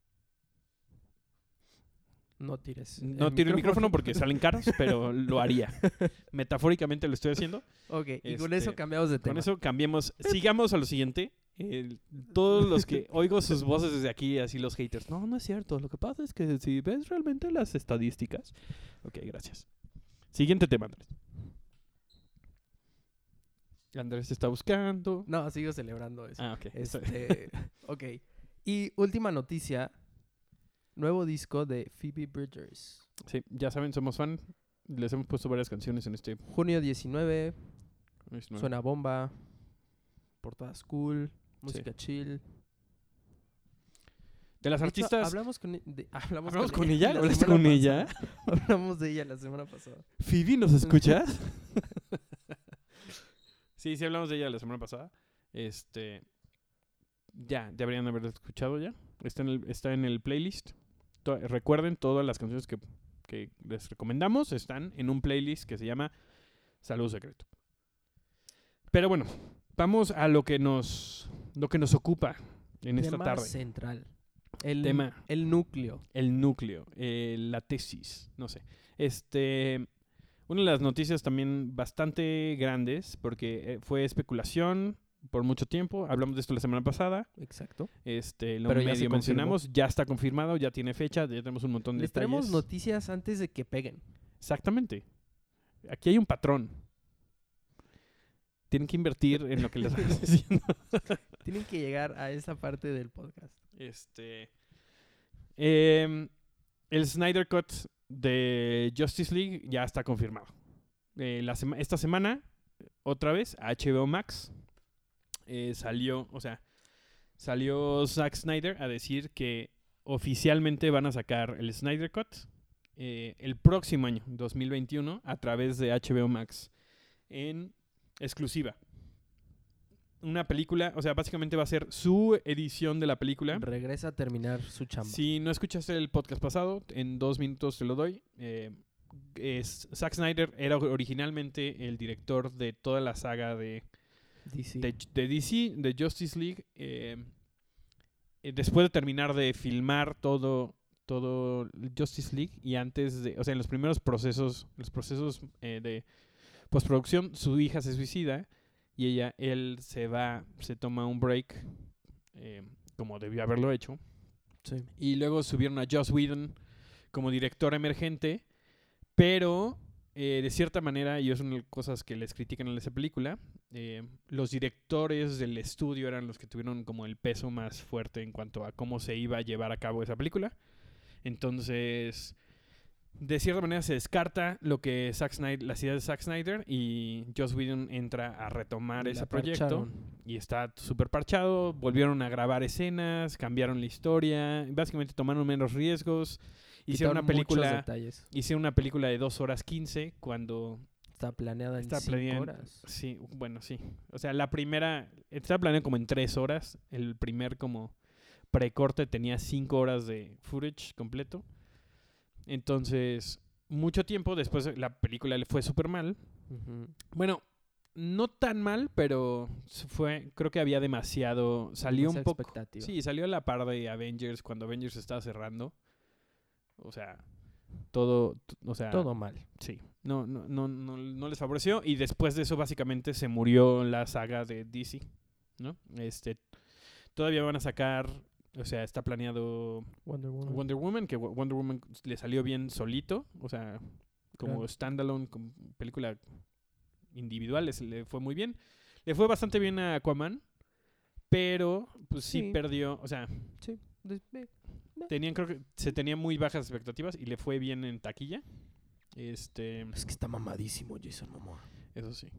No tires. No tiro el micrófono porque salen caros, pero lo haría. Metafóricamente lo estoy haciendo. Ok, y con Este, eso cambiamos de tema. Con eso cambiemos. Sigamos a lo siguiente. Todos los que oigo sus voces desde aquí, así los haters. No es cierto. Lo que pasa es que si ves realmente las estadísticas. Ok, gracias. Siguiente tema, Andrés. Andrés está buscando. No, sigo celebrando eso. Ah, ok. Ok. Y última noticia. Nuevo disco de Phoebe Bridgers. Sí, ya saben, somos fan. Les hemos puesto varias canciones en este. Junio 19. 19. Suena bomba. Portadas cool. Música chill. De las De hecho, artistas. hablamos con ¿Hablamos con ella? la ¿Hablaste semana con ella? pasada. Hablamos de ella la semana pasada. Phoebe, ¿nos escuchas? Sí, hablamos de ella la semana pasada. Ya deberían haber escuchado ya. Está en el playlist. Recuerden, todas las canciones que les recomendamos están en un playlist que se llama Salud Secreto. Pero bueno, vamos a lo que nos ocupa en esta Tema tarde. central. Tema. El núcleo. El núcleo, la tesis, no sé. Una de las noticias también bastante grandes, porque fue especulación por mucho tiempo. Hablamos de esto la semana pasada. Exacto. Lo Pero ya se medio confirmó. mencionamos. Ya está confirmado, ya tiene fecha, ya tenemos un montón de Les detalles. traemos noticias antes de que peguen. Exactamente. Aquí hay un patrón. Tienen que invertir en lo que les estamos diciendo. Tienen que llegar a esa parte del podcast. El Snyder Cut de Justice League ya está confirmado. Esta semana, otra vez, HBO Max salió Zack Snyder a decir que oficialmente van a sacar el Snyder Cut el próximo año, 2021, a través de HBO Max en exclusiva. Una película, o sea, básicamente va a ser su edición de la película. Regresa a terminar su chamba. Si no escuchaste el podcast pasado, en 2 minutos te lo doy. Zack Snyder era originalmente el director de toda la saga de DC. de DC, de Justice League. Después de terminar de filmar todo Justice League y antes de, o sea, en los primeros procesos, de postproducción, su hija se suicida y él se toma un break, como debió haberlo hecho. Sí. Y luego subieron a Joss Whedon como director emergente, pero de cierta manera, y es una de las cosas que les critican en esa película, los directores del estudio eran los que tuvieron como el peso más fuerte en cuanto a cómo se iba a llevar a cabo esa película. Entonces, de cierta manera se descarta las ideas de Zack Snyder, y Joss Whedon entra a retomar ese proyecto. Y está súper parchado. Volvieron a grabar escenas, cambiaron la historia, básicamente tomaron menos riesgos Hicieron una Quitaron muchos película, detalles. hicieron una película de 2 horas 15 cuando Está planeada en Está 5 planeada- horas. sí, bueno, sí. O sea, la primera estaba planeada como en 3 horas. El primer como precorte tenía 5 horas de footage completo. Entonces, mucho tiempo después la película le fue súper mal. Ujú. Bueno, no tan mal, pero creo que había demasiado, salió un Demasiada poco, expectativa. sí, salió a la par de Avengers cuando Avengers estaba cerrando. O sea, todo, o sea, Todo mal. sí, no les favoreció y después de eso básicamente se murió la saga de DC, ¿no? Todavía van a sacar, o sea, está planeado Wonder Woman. Wonder Woman, que Wonder Woman le salió bien solito, o sea, como Claro. standalone, como película individual, le fue muy bien. Le fue bastante bien a Aquaman, pero pues sí Sí. perdió, o sea, De- creo que se tenían muy bajas expectativas y le fue bien en taquilla. Es que está mamadísimo Jason Momoa. Eso sí.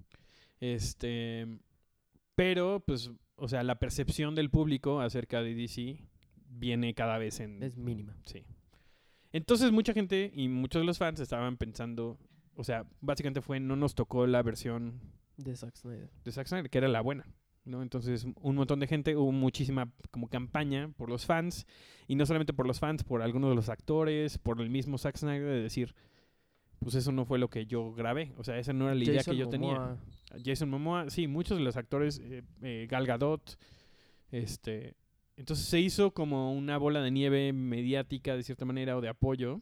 Pero pues, o sea, la percepción del público acerca de DC viene cada vez en Es mínima. sí. Entonces mucha gente y muchos de los fans estaban pensando, o sea, básicamente no nos tocó la versión De Zack Snyder. de Zack Snyder, que era la buena, ¿no? Entonces un montón de gente, hubo muchísima como campaña por los fans, y no solamente por los fans, por algunos de los actores, por el mismo Zack Snyder, de decir, pues eso no fue lo que yo grabé, o sea, esa no era la idea Jason que yo tenía. Momoa, Jason Momoa, sí, muchos de los actores, Gal Gadot, entonces se hizo como una bola de nieve mediática de cierta manera o de apoyo.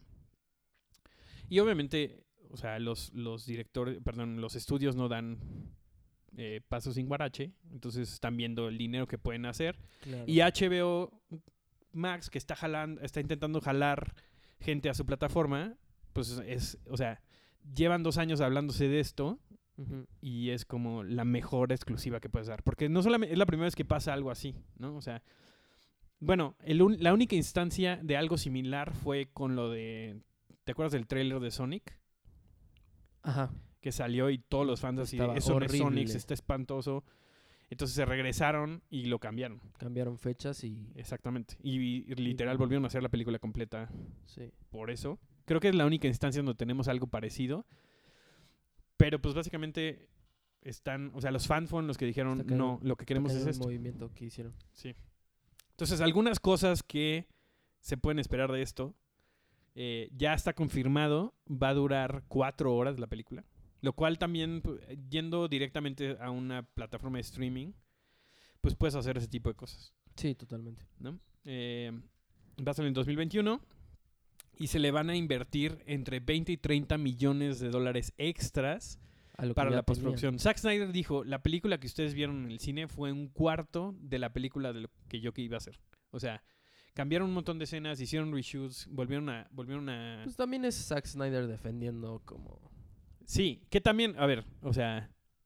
Y obviamente, o sea, los directores, perdón, los estudios no dan paso sin guarache, entonces están viendo el dinero que pueden hacer. claro. Y HBO Max, que está intentando jalar gente a su plataforma, pues o sea, llevan 2 años hablándose de esto Ujú. y es como la mejor exclusiva que puedes dar. Porque no solamente es la primera vez que pasa algo así, ¿no? O sea, bueno, la única instancia de algo similar fue con lo de... ¿Te acuerdas del tráiler de Sonic? Ajá. Que salió y todos los fans así de Estaba eso no es Sonic, horrible. está espantoso. Entonces se regresaron y lo cambiaron. Cambiaron fechas y... Exactamente. Y literal volvieron a hacer la película completa Sí. por eso. Creo que es la única instancia donde tenemos algo parecido. Pero pues básicamente o sea, los fans fueron los que dijeron, Está cañón. no, lo que queremos es Cambiaron el esto. movimiento que hicieron. Sí. Entonces, algunas cosas que se pueden esperar de esto. Ya está confirmado, va a durar 4 horas la película. Lo cual también, yendo directamente a una plataforma de streaming, pues puedes hacer ese tipo de cosas, Sí, totalmente. ¿no? Va a salir en 2021 y se le van a invertir entre 20 y 30 millones de dólares extras A lo que para ya la tenían. postproducción. Zack Snyder dijo, la película que ustedes vieron en el cine fue 1/4 de la película de lo que yo iba a hacer. O sea, cambiaron un montón de escenas, hicieron reshoots, volvieron a... Pues también es Zack Snyder defendiendo como... Sí, que también, a ver, o sea,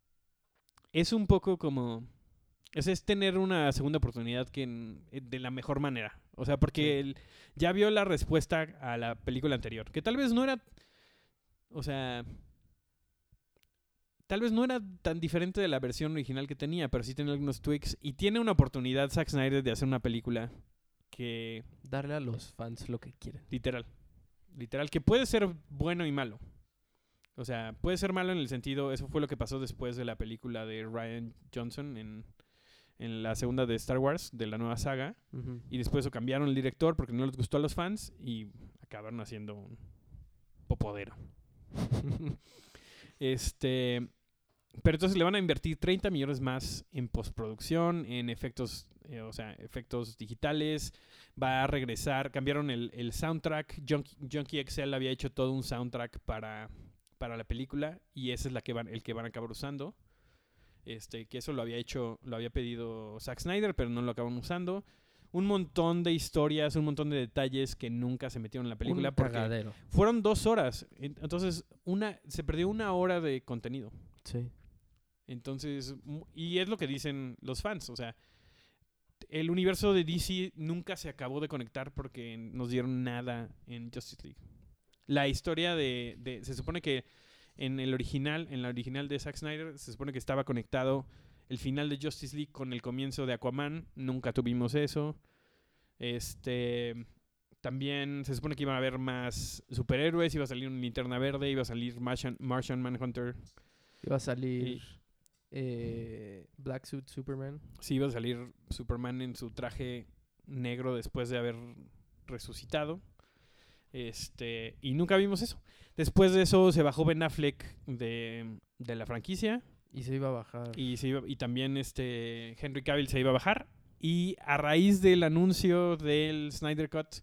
es un poco como... Es tener una segunda oportunidad de la mejor manera. O sea, porque Sí. él ya vio la respuesta a la película anterior, que tal vez no era... O sea... Tal vez no era tan diferente de la versión original que tenía, pero sí tenía algunos tweaks. Y tiene una oportunidad Zack Snyder de hacer una película que... Darle a los fans lo que quieren. Literal, que puede ser bueno y malo. O sea, puede ser malo en el sentido, eso fue lo que pasó después de la película de Rian Johnson en la segunda de Star Wars, de la nueva saga. Ujú. Y después cambiaron el director porque no les gustó a los fans y acabaron haciendo un popodero. Pero entonces le van a invertir 30 millones más en postproducción, en efectos, o sea, efectos digitales. Va a regresar, cambiaron el soundtrack. Junkie XL había hecho todo un soundtrack para la película y ese es el que van a acabar usando. Que eso lo había pedido Zack Snyder, pero no lo acaban usando. Un montón de historias, un montón de detalles que nunca se metieron en la película Un porque cagadero. fueron 2 horas. Entonces, se perdió 1 hora de contenido. Sí. Entonces, y es lo que dicen los fans, o sea, el universo de DC nunca se acabó de conectar porque nos dieron nada en Justice League. La historia se supone que en la original de Zack Snyder, se supone que estaba conectado el final de Justice League con el comienzo de Aquaman. Nunca tuvimos eso. También se supone que iban a haber más superhéroes, iba a salir un Linterna Verde, iba a salir Martian Manhunter. Iba a salir Black Suit Superman. Sí, iba a salir Superman en su traje negro después de haber resucitado. Y nunca vimos eso. Después de eso se bajó Ben Affleck de la franquicia. Y se iba a bajar. Y también Henry Cavill se iba a bajar. Y a raíz del anuncio del Snyder Cut,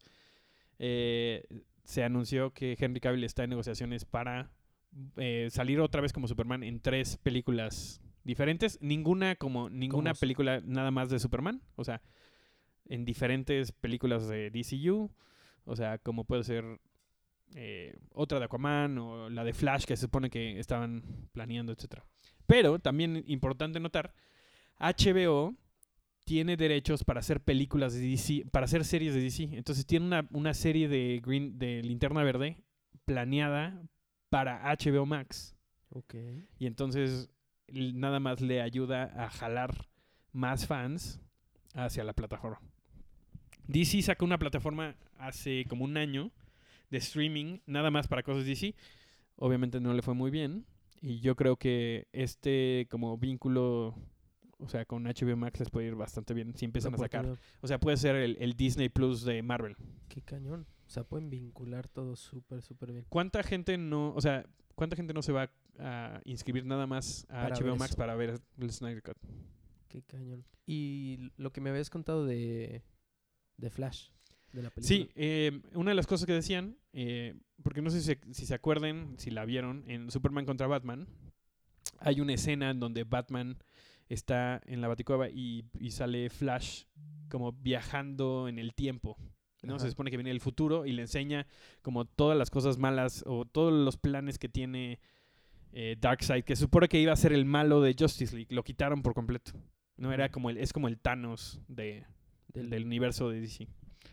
se anunció que Henry Cavill está en negociaciones para salir otra vez como Superman en 3 películas diferentes. Ninguna película nada más de Superman. O sea, en diferentes películas de DCU. O sea, como puede ser otra de Aquaman o la de Flash que se supone que estaban planeando, etcétera. Pero también importante notar, HBO tiene derechos para hacer películas de DC, para hacer series de DC. Entonces tiene una serie de Linterna Verde planeada para HBO Max. Okay. Y entonces nada más le ayuda a jalar más fans hacia la plataforma. DC sacó una plataforma hace como un año de streaming, nada más para cosas DC. Obviamente no le fue muy bien. Y yo creo que como vínculo, o sea, con HBO Max les puede ir bastante bien si empiezan a sacar. O sea, puede ser el Disney Plus de Marvel. Qué cañón. O sea, pueden vincular todo súper, súper bien. ¿Cuánta gente no se va a inscribir nada más a Para HBO ver Max eso. para ver el Snyder Cut? Qué cañón. Y lo que me habías contado de Flash, de la película. Sí, una de las cosas que decían, porque no sé si se acuerdan, si la vieron, en Superman contra Batman, hay una escena en donde Batman está en la Baticueva y sale Flash como viajando en el tiempo, ¿no? Ajá. Se supone que viene del futuro y le enseña como todas las cosas malas o todos los planes que tiene Darkseid, que se supone que iba a ser el malo de Justice League. Lo quitaron por completo. No era como es como el Thanos del universo de DC.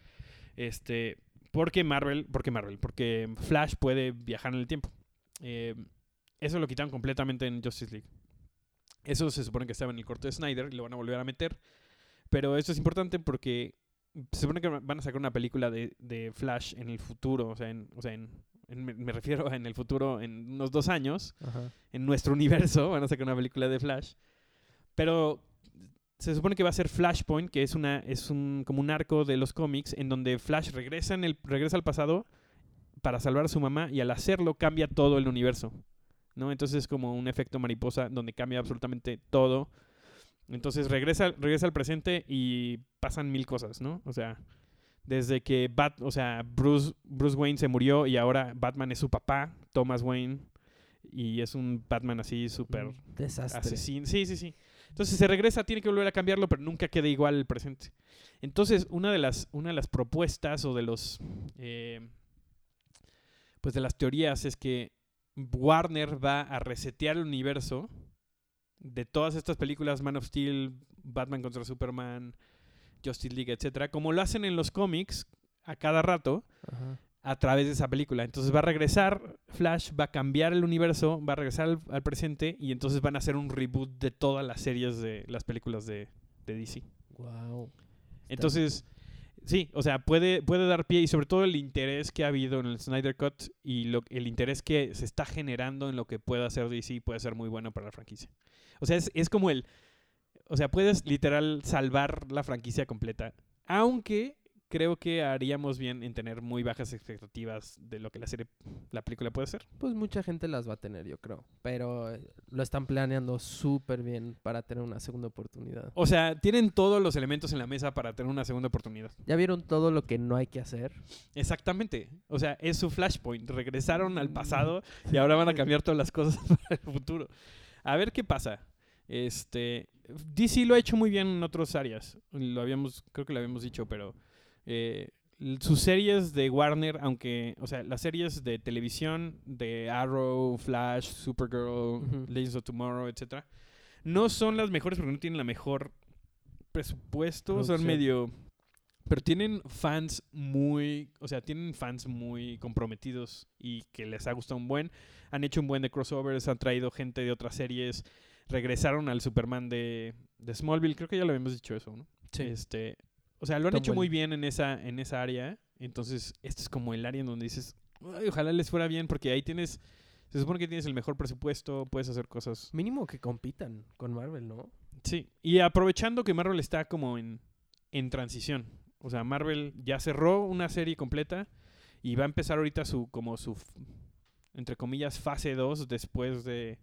Porque Flash puede viajar en el tiempo. Eso lo quitaron completamente en Justice League. Eso se supone que estaba en el corte de Snyder y lo van a volver a meter. Pero esto es importante porque se supone que van a sacar una película de Flash en el futuro. Me refiero a en el futuro en unos 2 años. Ajá. En nuestro universo van a sacar una película de Flash. Pero se supone que va a ser Flashpoint, que es como un arco de los cómics en donde Flash regresa al pasado para salvar a su mamá y al hacerlo cambia todo el universo, ¿no? Entonces es como un efecto mariposa donde cambia absolutamente todo. Entonces regresa al presente y pasan 1000 cosas, ¿no? O sea, desde que Bruce Wayne se murió y ahora Batman es su papá, Thomas Wayne, y es un Batman así súper desastre. asesino. Sí. Entonces se regresa, tiene que volver a cambiarlo, pero nunca queda igual el presente. Entonces, una de las propuestas o de los pues de las teorías es que Warner va a resetear el universo de todas estas películas, Man of Steel, Batman contra Superman, Justice League, etcétera, como lo hacen en los cómics a cada rato. Ajá. A través de esa película. Entonces va a regresar Flash, va a cambiar el universo, va a regresar al presente y entonces van a hacer un reboot de todas las series de las películas de DC. Wow. Entonces, sí, o sea, puede dar pie y sobre todo el interés que ha habido en el Snyder Cut y el interés que se está generando en lo que pueda hacer DC puede ser muy bueno para la franquicia. O sea, es como o sea, puedes literal salvar la franquicia completa, aunque creo que haríamos bien en tener muy bajas expectativas de lo que la película puede ser. Pues mucha gente las va a tener, yo creo. Pero lo están planeando súper bien para tener una segunda oportunidad. O sea, tienen todos los elementos en la mesa para tener una segunda oportunidad. ¿Ya vieron todo lo que no hay que hacer? Exactamente. O sea, es su Flashpoint. Regresaron al pasado y ahora van a cambiar todas las cosas para el futuro. A ver qué pasa. DC lo ha hecho muy bien en otras áreas. Creo que lo habíamos dicho, pero sus series de Warner, o sea, las series de televisión de Arrow, Flash, Supergirl, Legends of Tomorrow, etcétera, no son las mejores porque no tienen la mejor presupuesto, Producción. son medio, pero tienen fans muy comprometidos y que les ha gustado han hecho un buen de crossovers, han traído gente de otras series, regresaron al Superman de Smallville, creo que ya lo habíamos dicho eso, ¿no? Sí. O sea, lo han Tom hecho muy Welling. bien en esa área. Entonces, este es como el área en donde dices, "Ay, ojalá les fuera bien", porque ahí tienes, se supone que tienes el mejor presupuesto, puedes hacer cosas. Mínimo que compitan con Marvel, ¿no? Sí, y aprovechando que Marvel está como en transición. O sea, Marvel ya cerró una serie completa y va a empezar ahorita entre comillas, fase 2 después de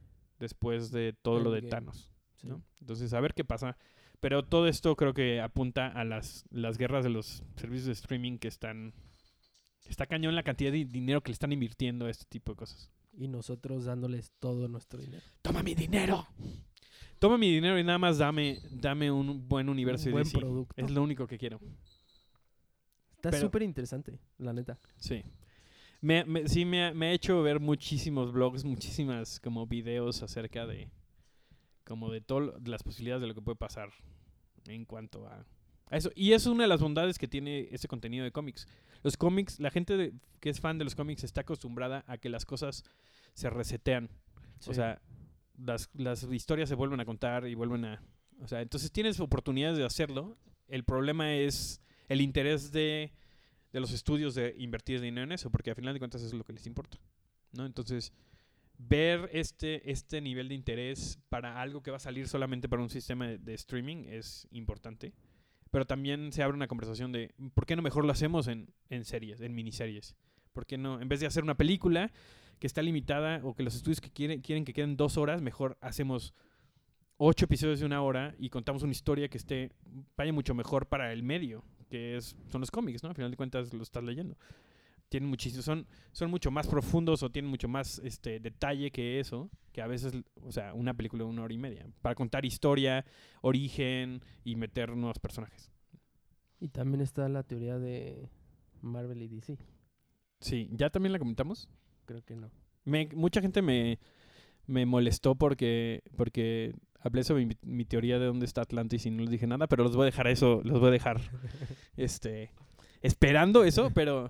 todo lo de Endgame. Thanos, Sí. ¿no? Entonces, a ver qué pasa. Pero todo esto creo que apunta a las guerras de los servicios de streaming que está cañón la cantidad de dinero que le están invirtiendo a este tipo de cosas. Y nosotros dándoles todo nuestro dinero. ¡Toma mi dinero! Toma mi dinero y nada más dame un buen universo Un de buen DC. producto. Es lo único que quiero. Está pero- súper interesante, la neta. Sí. Me ha hecho ver muchísimos blogs, muchísimas como videos acerca de como de todas las posibilidades de lo que puede pasar en cuanto a eso. Y es una de las bondades que tiene ese contenido de cómics. Los cómics, la gente que es fan de los cómics está acostumbrada a que las cosas se resetean. O sea, las historias se vuelven a contar y vuelven a... O sea, entonces tienes oportunidades de hacerlo. El problema es el interés de los estudios de invertir dinero en eso, porque al final de cuentas eso es lo que les importa, ¿no? Entonces, ver este nivel de interés para algo que va a salir solamente para un sistema de streaming es importante. Pero también se abre una conversación de ¿por qué no mejor lo hacemos en series, en miniseries? ¿Por qué no, en vez de hacer una película que está limitada o que los estudios que quieren que queden 2 horas, mejor hacemos 8 episodios de 1 hora y contamos una historia que vaya mucho mejor para el medio, que son los cómics, ¿no? Al final de cuentas lo estás leyendo. Tienen muchísimo, son mucho más profundos o tienen mucho más detalle que eso, que a veces, o sea, una película de 1 hora y media, para contar historia, origen y meter nuevos personajes. Y también está la teoría de Marvel y DC. Sí, ¿ya también la comentamos? Creo que no. Mucha gente me molestó porque hablé sobre mi teoría de dónde está Atlantis y no les dije nada, pero los voy a dejar esperando eso, pero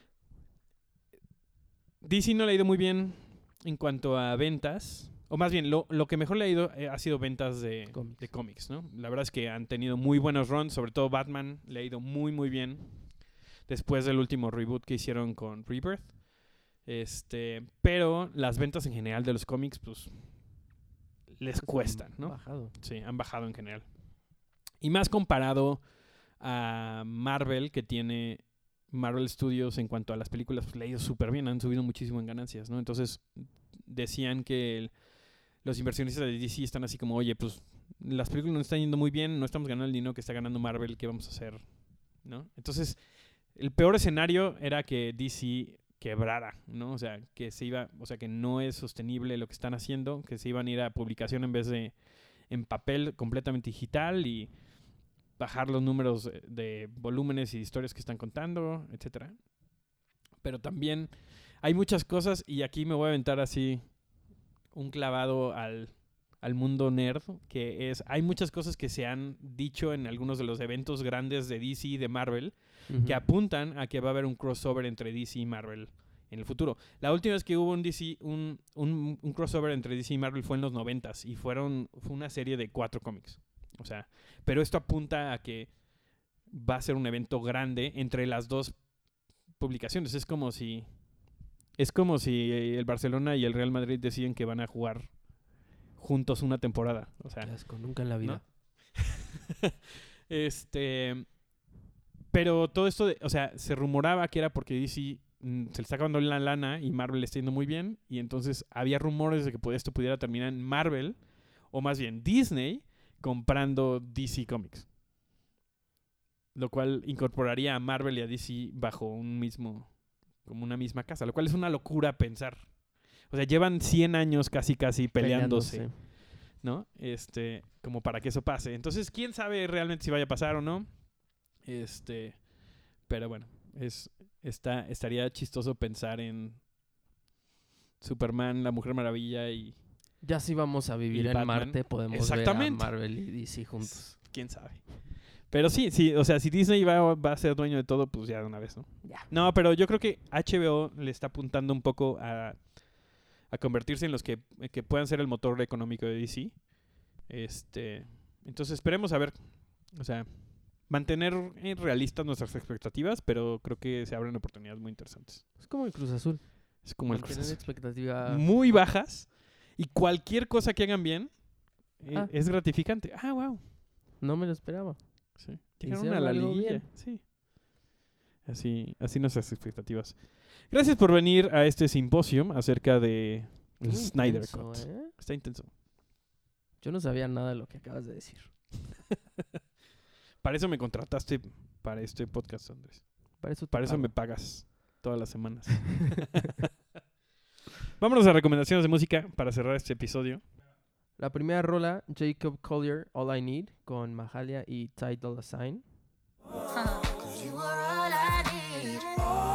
DC no le ha ido muy bien en cuanto a ventas, o más bien lo que mejor le ha ido ha sido ventas de cómics, ¿no? La verdad es que han tenido muy buenos runs, sobre todo Batman le ha ido muy muy bien después del último reboot que hicieron con Rebirth. Pero las ventas en general de los cómics, pues, les cuestan, ¿no? Bajado. Sí, han bajado en general. Y más comparado a Marvel, que tiene Marvel Studios en cuanto a las películas, pues le ha ido súper bien, han subido muchísimo en ganancias, ¿no? Entonces, decían que los inversionistas de DC están así como, oye, pues, las películas no están yendo muy bien, no estamos ganando el dinero que está ganando Marvel, ¿qué vamos a hacer? ¿No? Entonces, el peor escenario era que DC quebrara, ¿no? O sea, que no es sostenible lo que están haciendo, que se iban a ir a publicación en vez de en papel completamente digital y bajar los números de volúmenes y historias que están contando, etcétera. Pero también hay muchas cosas y aquí me voy a aventar así un clavado al mundo nerd, que hay muchas cosas que se han dicho en algunos de los eventos grandes de DC y de Marvel, que apuntan a que va a haber un crossover entre DC y Marvel en el futuro. La última vez que hubo un crossover entre DC y Marvel fue en los 90s y fue una serie de 4 cómics. O sea, pero esto apunta a que va a ser un evento grande entre las dos publicaciones. Es como si el Barcelona y el Real Madrid deciden que van a jugar juntos una temporada. O sea, Qué asco, nunca en la vida. ¿no? Pero todo esto, o sea, se rumoraba que era porque DC se le está acabando la lana y Marvel le está yendo muy bien. Y entonces había rumores de que esto pudiera terminar en Marvel, o más bien Disney, comprando DC Comics. Lo cual incorporaría a Marvel y a DC bajo como una misma casa. Lo cual es una locura pensar. O sea, llevan 100 años casi peleándose. ¿No? Como para que eso pase. Entonces, ¿quién sabe realmente si vaya a pasar o no? Pero bueno, estaría chistoso pensar en Superman, la Mujer Maravilla y... Ya si vamos a vivir en Batman. Marte, podemos Exactamente. ver a Marvel y DC juntos. ¿Quién sabe? Pero sí, o sea, si Disney va a ser dueño de todo, pues ya de una vez, ¿no? Ya. No, pero yo creo que HBO le está apuntando un poco a convertirse en los que puedan ser el motor económico de DC. Entonces esperemos a ver. O sea, mantener realistas nuestras expectativas, pero creo que se abren oportunidades muy interesantes. Es como el Cruz Azul. Es como el Cruz Mantienen Azul. expectativa. Muy bajas y cualquier cosa que hagan bien Ah. es gratificante. Wow. No me lo esperaba. Sí. Llegaron Hicieron a la algo liguilla. bien. Sí. Así nuestras expectativas. Gracias por venir a este simposio acerca de el Qué Snyder intenso, Cut. ¿eh? Está intenso. Yo no sabía nada de lo que acabas de decir. Para eso me contrataste para este podcast, Andrés. Para eso, te Para eso pago. me pagas todas las semanas. Vámonos a recomendaciones de música para cerrar este episodio. La primera rola, Jacob Collier, All I Need, con Mahalia y Ty Dolla $ign. You are all I need.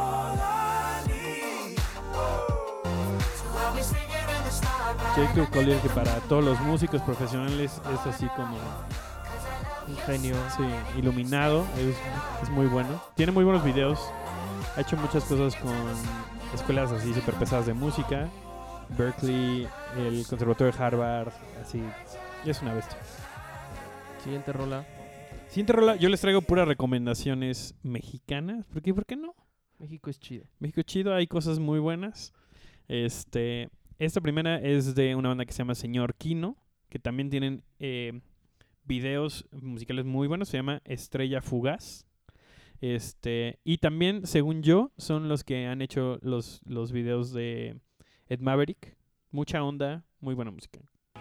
So I'll be singing in the starlight. Jacob Collier, que para todos los músicos profesionales es así como Un genio. sí, iluminado, es muy bueno. Tiene muy buenos videos. Ha hecho muchas cosas con escuelas así súper pesadas de música. Berkeley, el Conservatorio de Harvard, así. Y es una bestia. Siguiente rola, Siguiente rola, yo les traigo puras recomendaciones mexicanas. ¿Por qué no? México es chido. México es chido, hay cosas muy buenas. Esta primera es de una banda que se llama Señor Kino, que también tienen videos musicales muy buenos. Se llama Estrella Fugaz. Y también, según yo, son los que han hecho los videos de Ed Maverick. Mucha onda, muy buena música.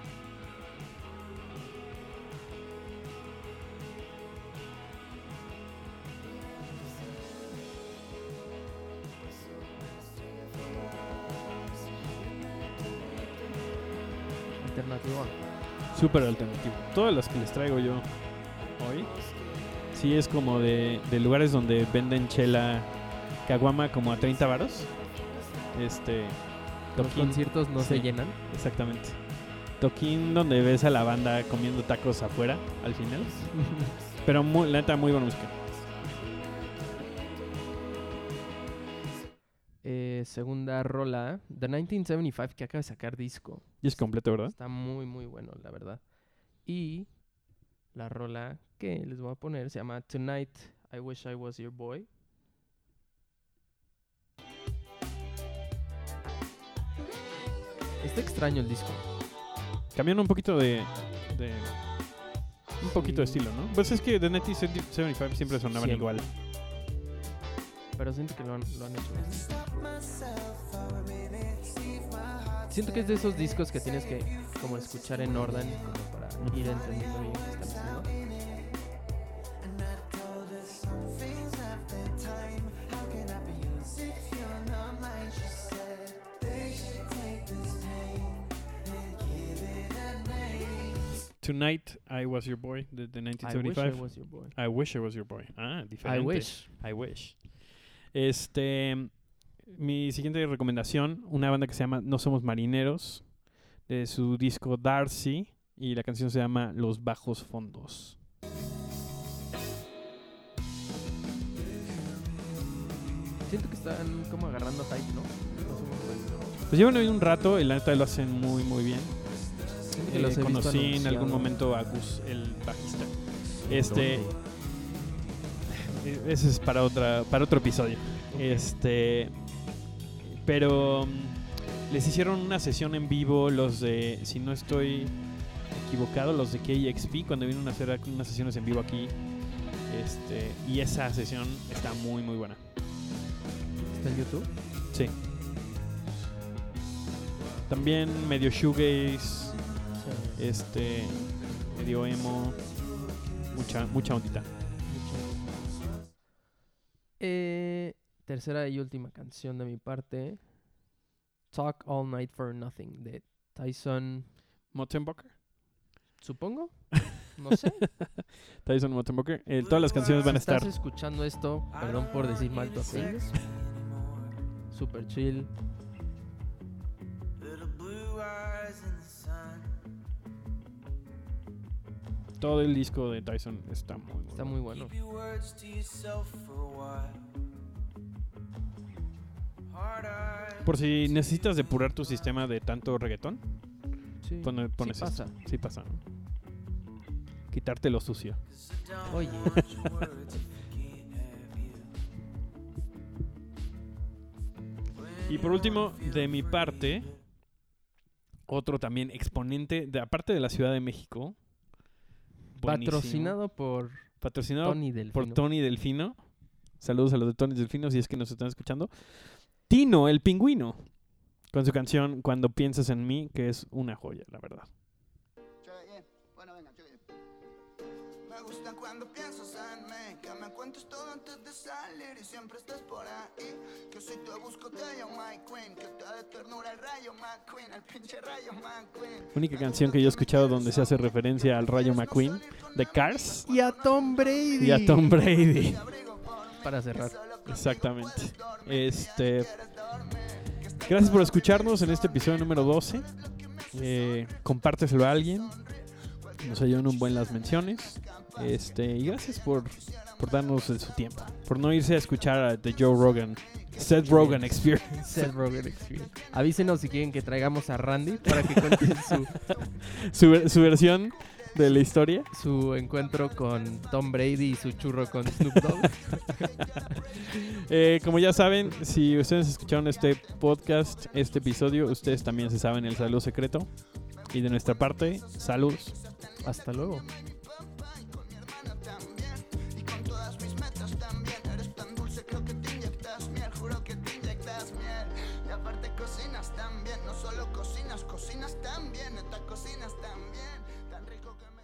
Alternativo. Súper alternativo. Todas las que les traigo yo hoy, sí es como de lugares donde venden chela caguama como a 30 varos. Los Toquín, conciertos no se sí. llenan. exactamente. Toquín donde ves a la banda comiendo tacos afuera al final. Pero la neta, muy buena música. Segunda rola, The 1975, que acaba de sacar disco. Y es completo, ¿verdad? Está muy, muy bueno, la verdad. Y la rola que les voy a poner se llama Tonight, I Wish I Was Your Boy. Está extraño el disco. Cambian un poquito de un poquito de Sí. estilo, ¿no? Pues es que The 1975 siempre sonaban Siempre. igual. Pero siento que lo han hecho bien. Siento que es de esos discos que tienes que como escuchar en orden como para ir entendiendo bien qué están haciendo. Tonight I Was Your Boy de I wish I 1975. was your boy. I Wish I Was Your Boy. Ah, diferente. I wish. I wish. Mi siguiente recomendación, una banda que se llama No Somos Marineros, de su disco Darcy, y la canción se llama Los Bajos Fondos. Siento que están como agarrando hype, ¿no? No somos buenos. Pues llevan hoy un rato y la neta lo hacen muy muy bien. Siento que los he visto Conocí en algún anunciados. momento a Gus, el bajista. ¿Dónde? Ese es para otro episodio. Ok. Pero les hicieron una sesión en vivo los de, si no estoy equivocado, los de KXP cuando vinieron a hacer unas sesiones en vivo aquí. Y esa sesión está muy muy buena. ¿Está en YouTube? Sí. También medio shoegaze, medio emo, mucha ondita. Tercera y última canción de mi parte. Talk All Night for Nothing de Tyson, Mottenbocker. supongo. No sé. Tyson Mottenbocker. Todas las canciones van a Si estás estar. escuchando esto, perdón por decir mal tu apellido. Super chill. Todo el disco de Tyson está muy bueno. Está muy bueno. Por si necesitas depurar tu sistema de tanto reggaetón, Sí, pones sí esto. pasa. Sí pasa. ¿no? quitarte lo sucio. Oye, Y por último, de mi parte, otro también exponente, aparte de la Ciudad de México. buenísimo, patrocinado por por Tony Delfino. Tony Delfino. Saludos a los de Tony Delfino si es que nos están escuchando. Tino, el pingüino, con su canción Cuando piensas en mí, que es una joya, la verdad. Bueno, venga, me gusta cuando piensas en mí, que me cuentes todo antes de salir y siempre estás por ahí. Que si te busco te llamo my queen, que te da de ternura el rayo McQueen, el pinche rayo McQueen. Única canción que yo he escuchado donde se hace referencia al Rayo McQueen de Cars Y a Tom Brady. y a Tom Brady. Para cerrar. Exactamente. Gracias por escucharnos en este episodio número 12. Compárteselo a alguien. Nos ayudan un buen las menciones. Y gracias por darnos su tiempo. Por no irse a escuchar a The Joe Rogan, Seth Rogen Experience. Seth Rogen Experience. Avísenos si quieren que traigamos a Randy para que cuente Su versión de la historia. su encuentro con Tom Brady y su churro con Snoop Dogg. Como ya saben, si ustedes escucharon este podcast, este episodio, ustedes también se saben el saludo secreto. Y de nuestra parte, saludos. Hasta luego. Y con todas mis metas también. Eres tan dulce, creo que te inyectas miel. Juro que te inyectas miel. Y aparte cocinas también. No solo cocinas, cocinas también. Neta, cocinas también. Tan rico que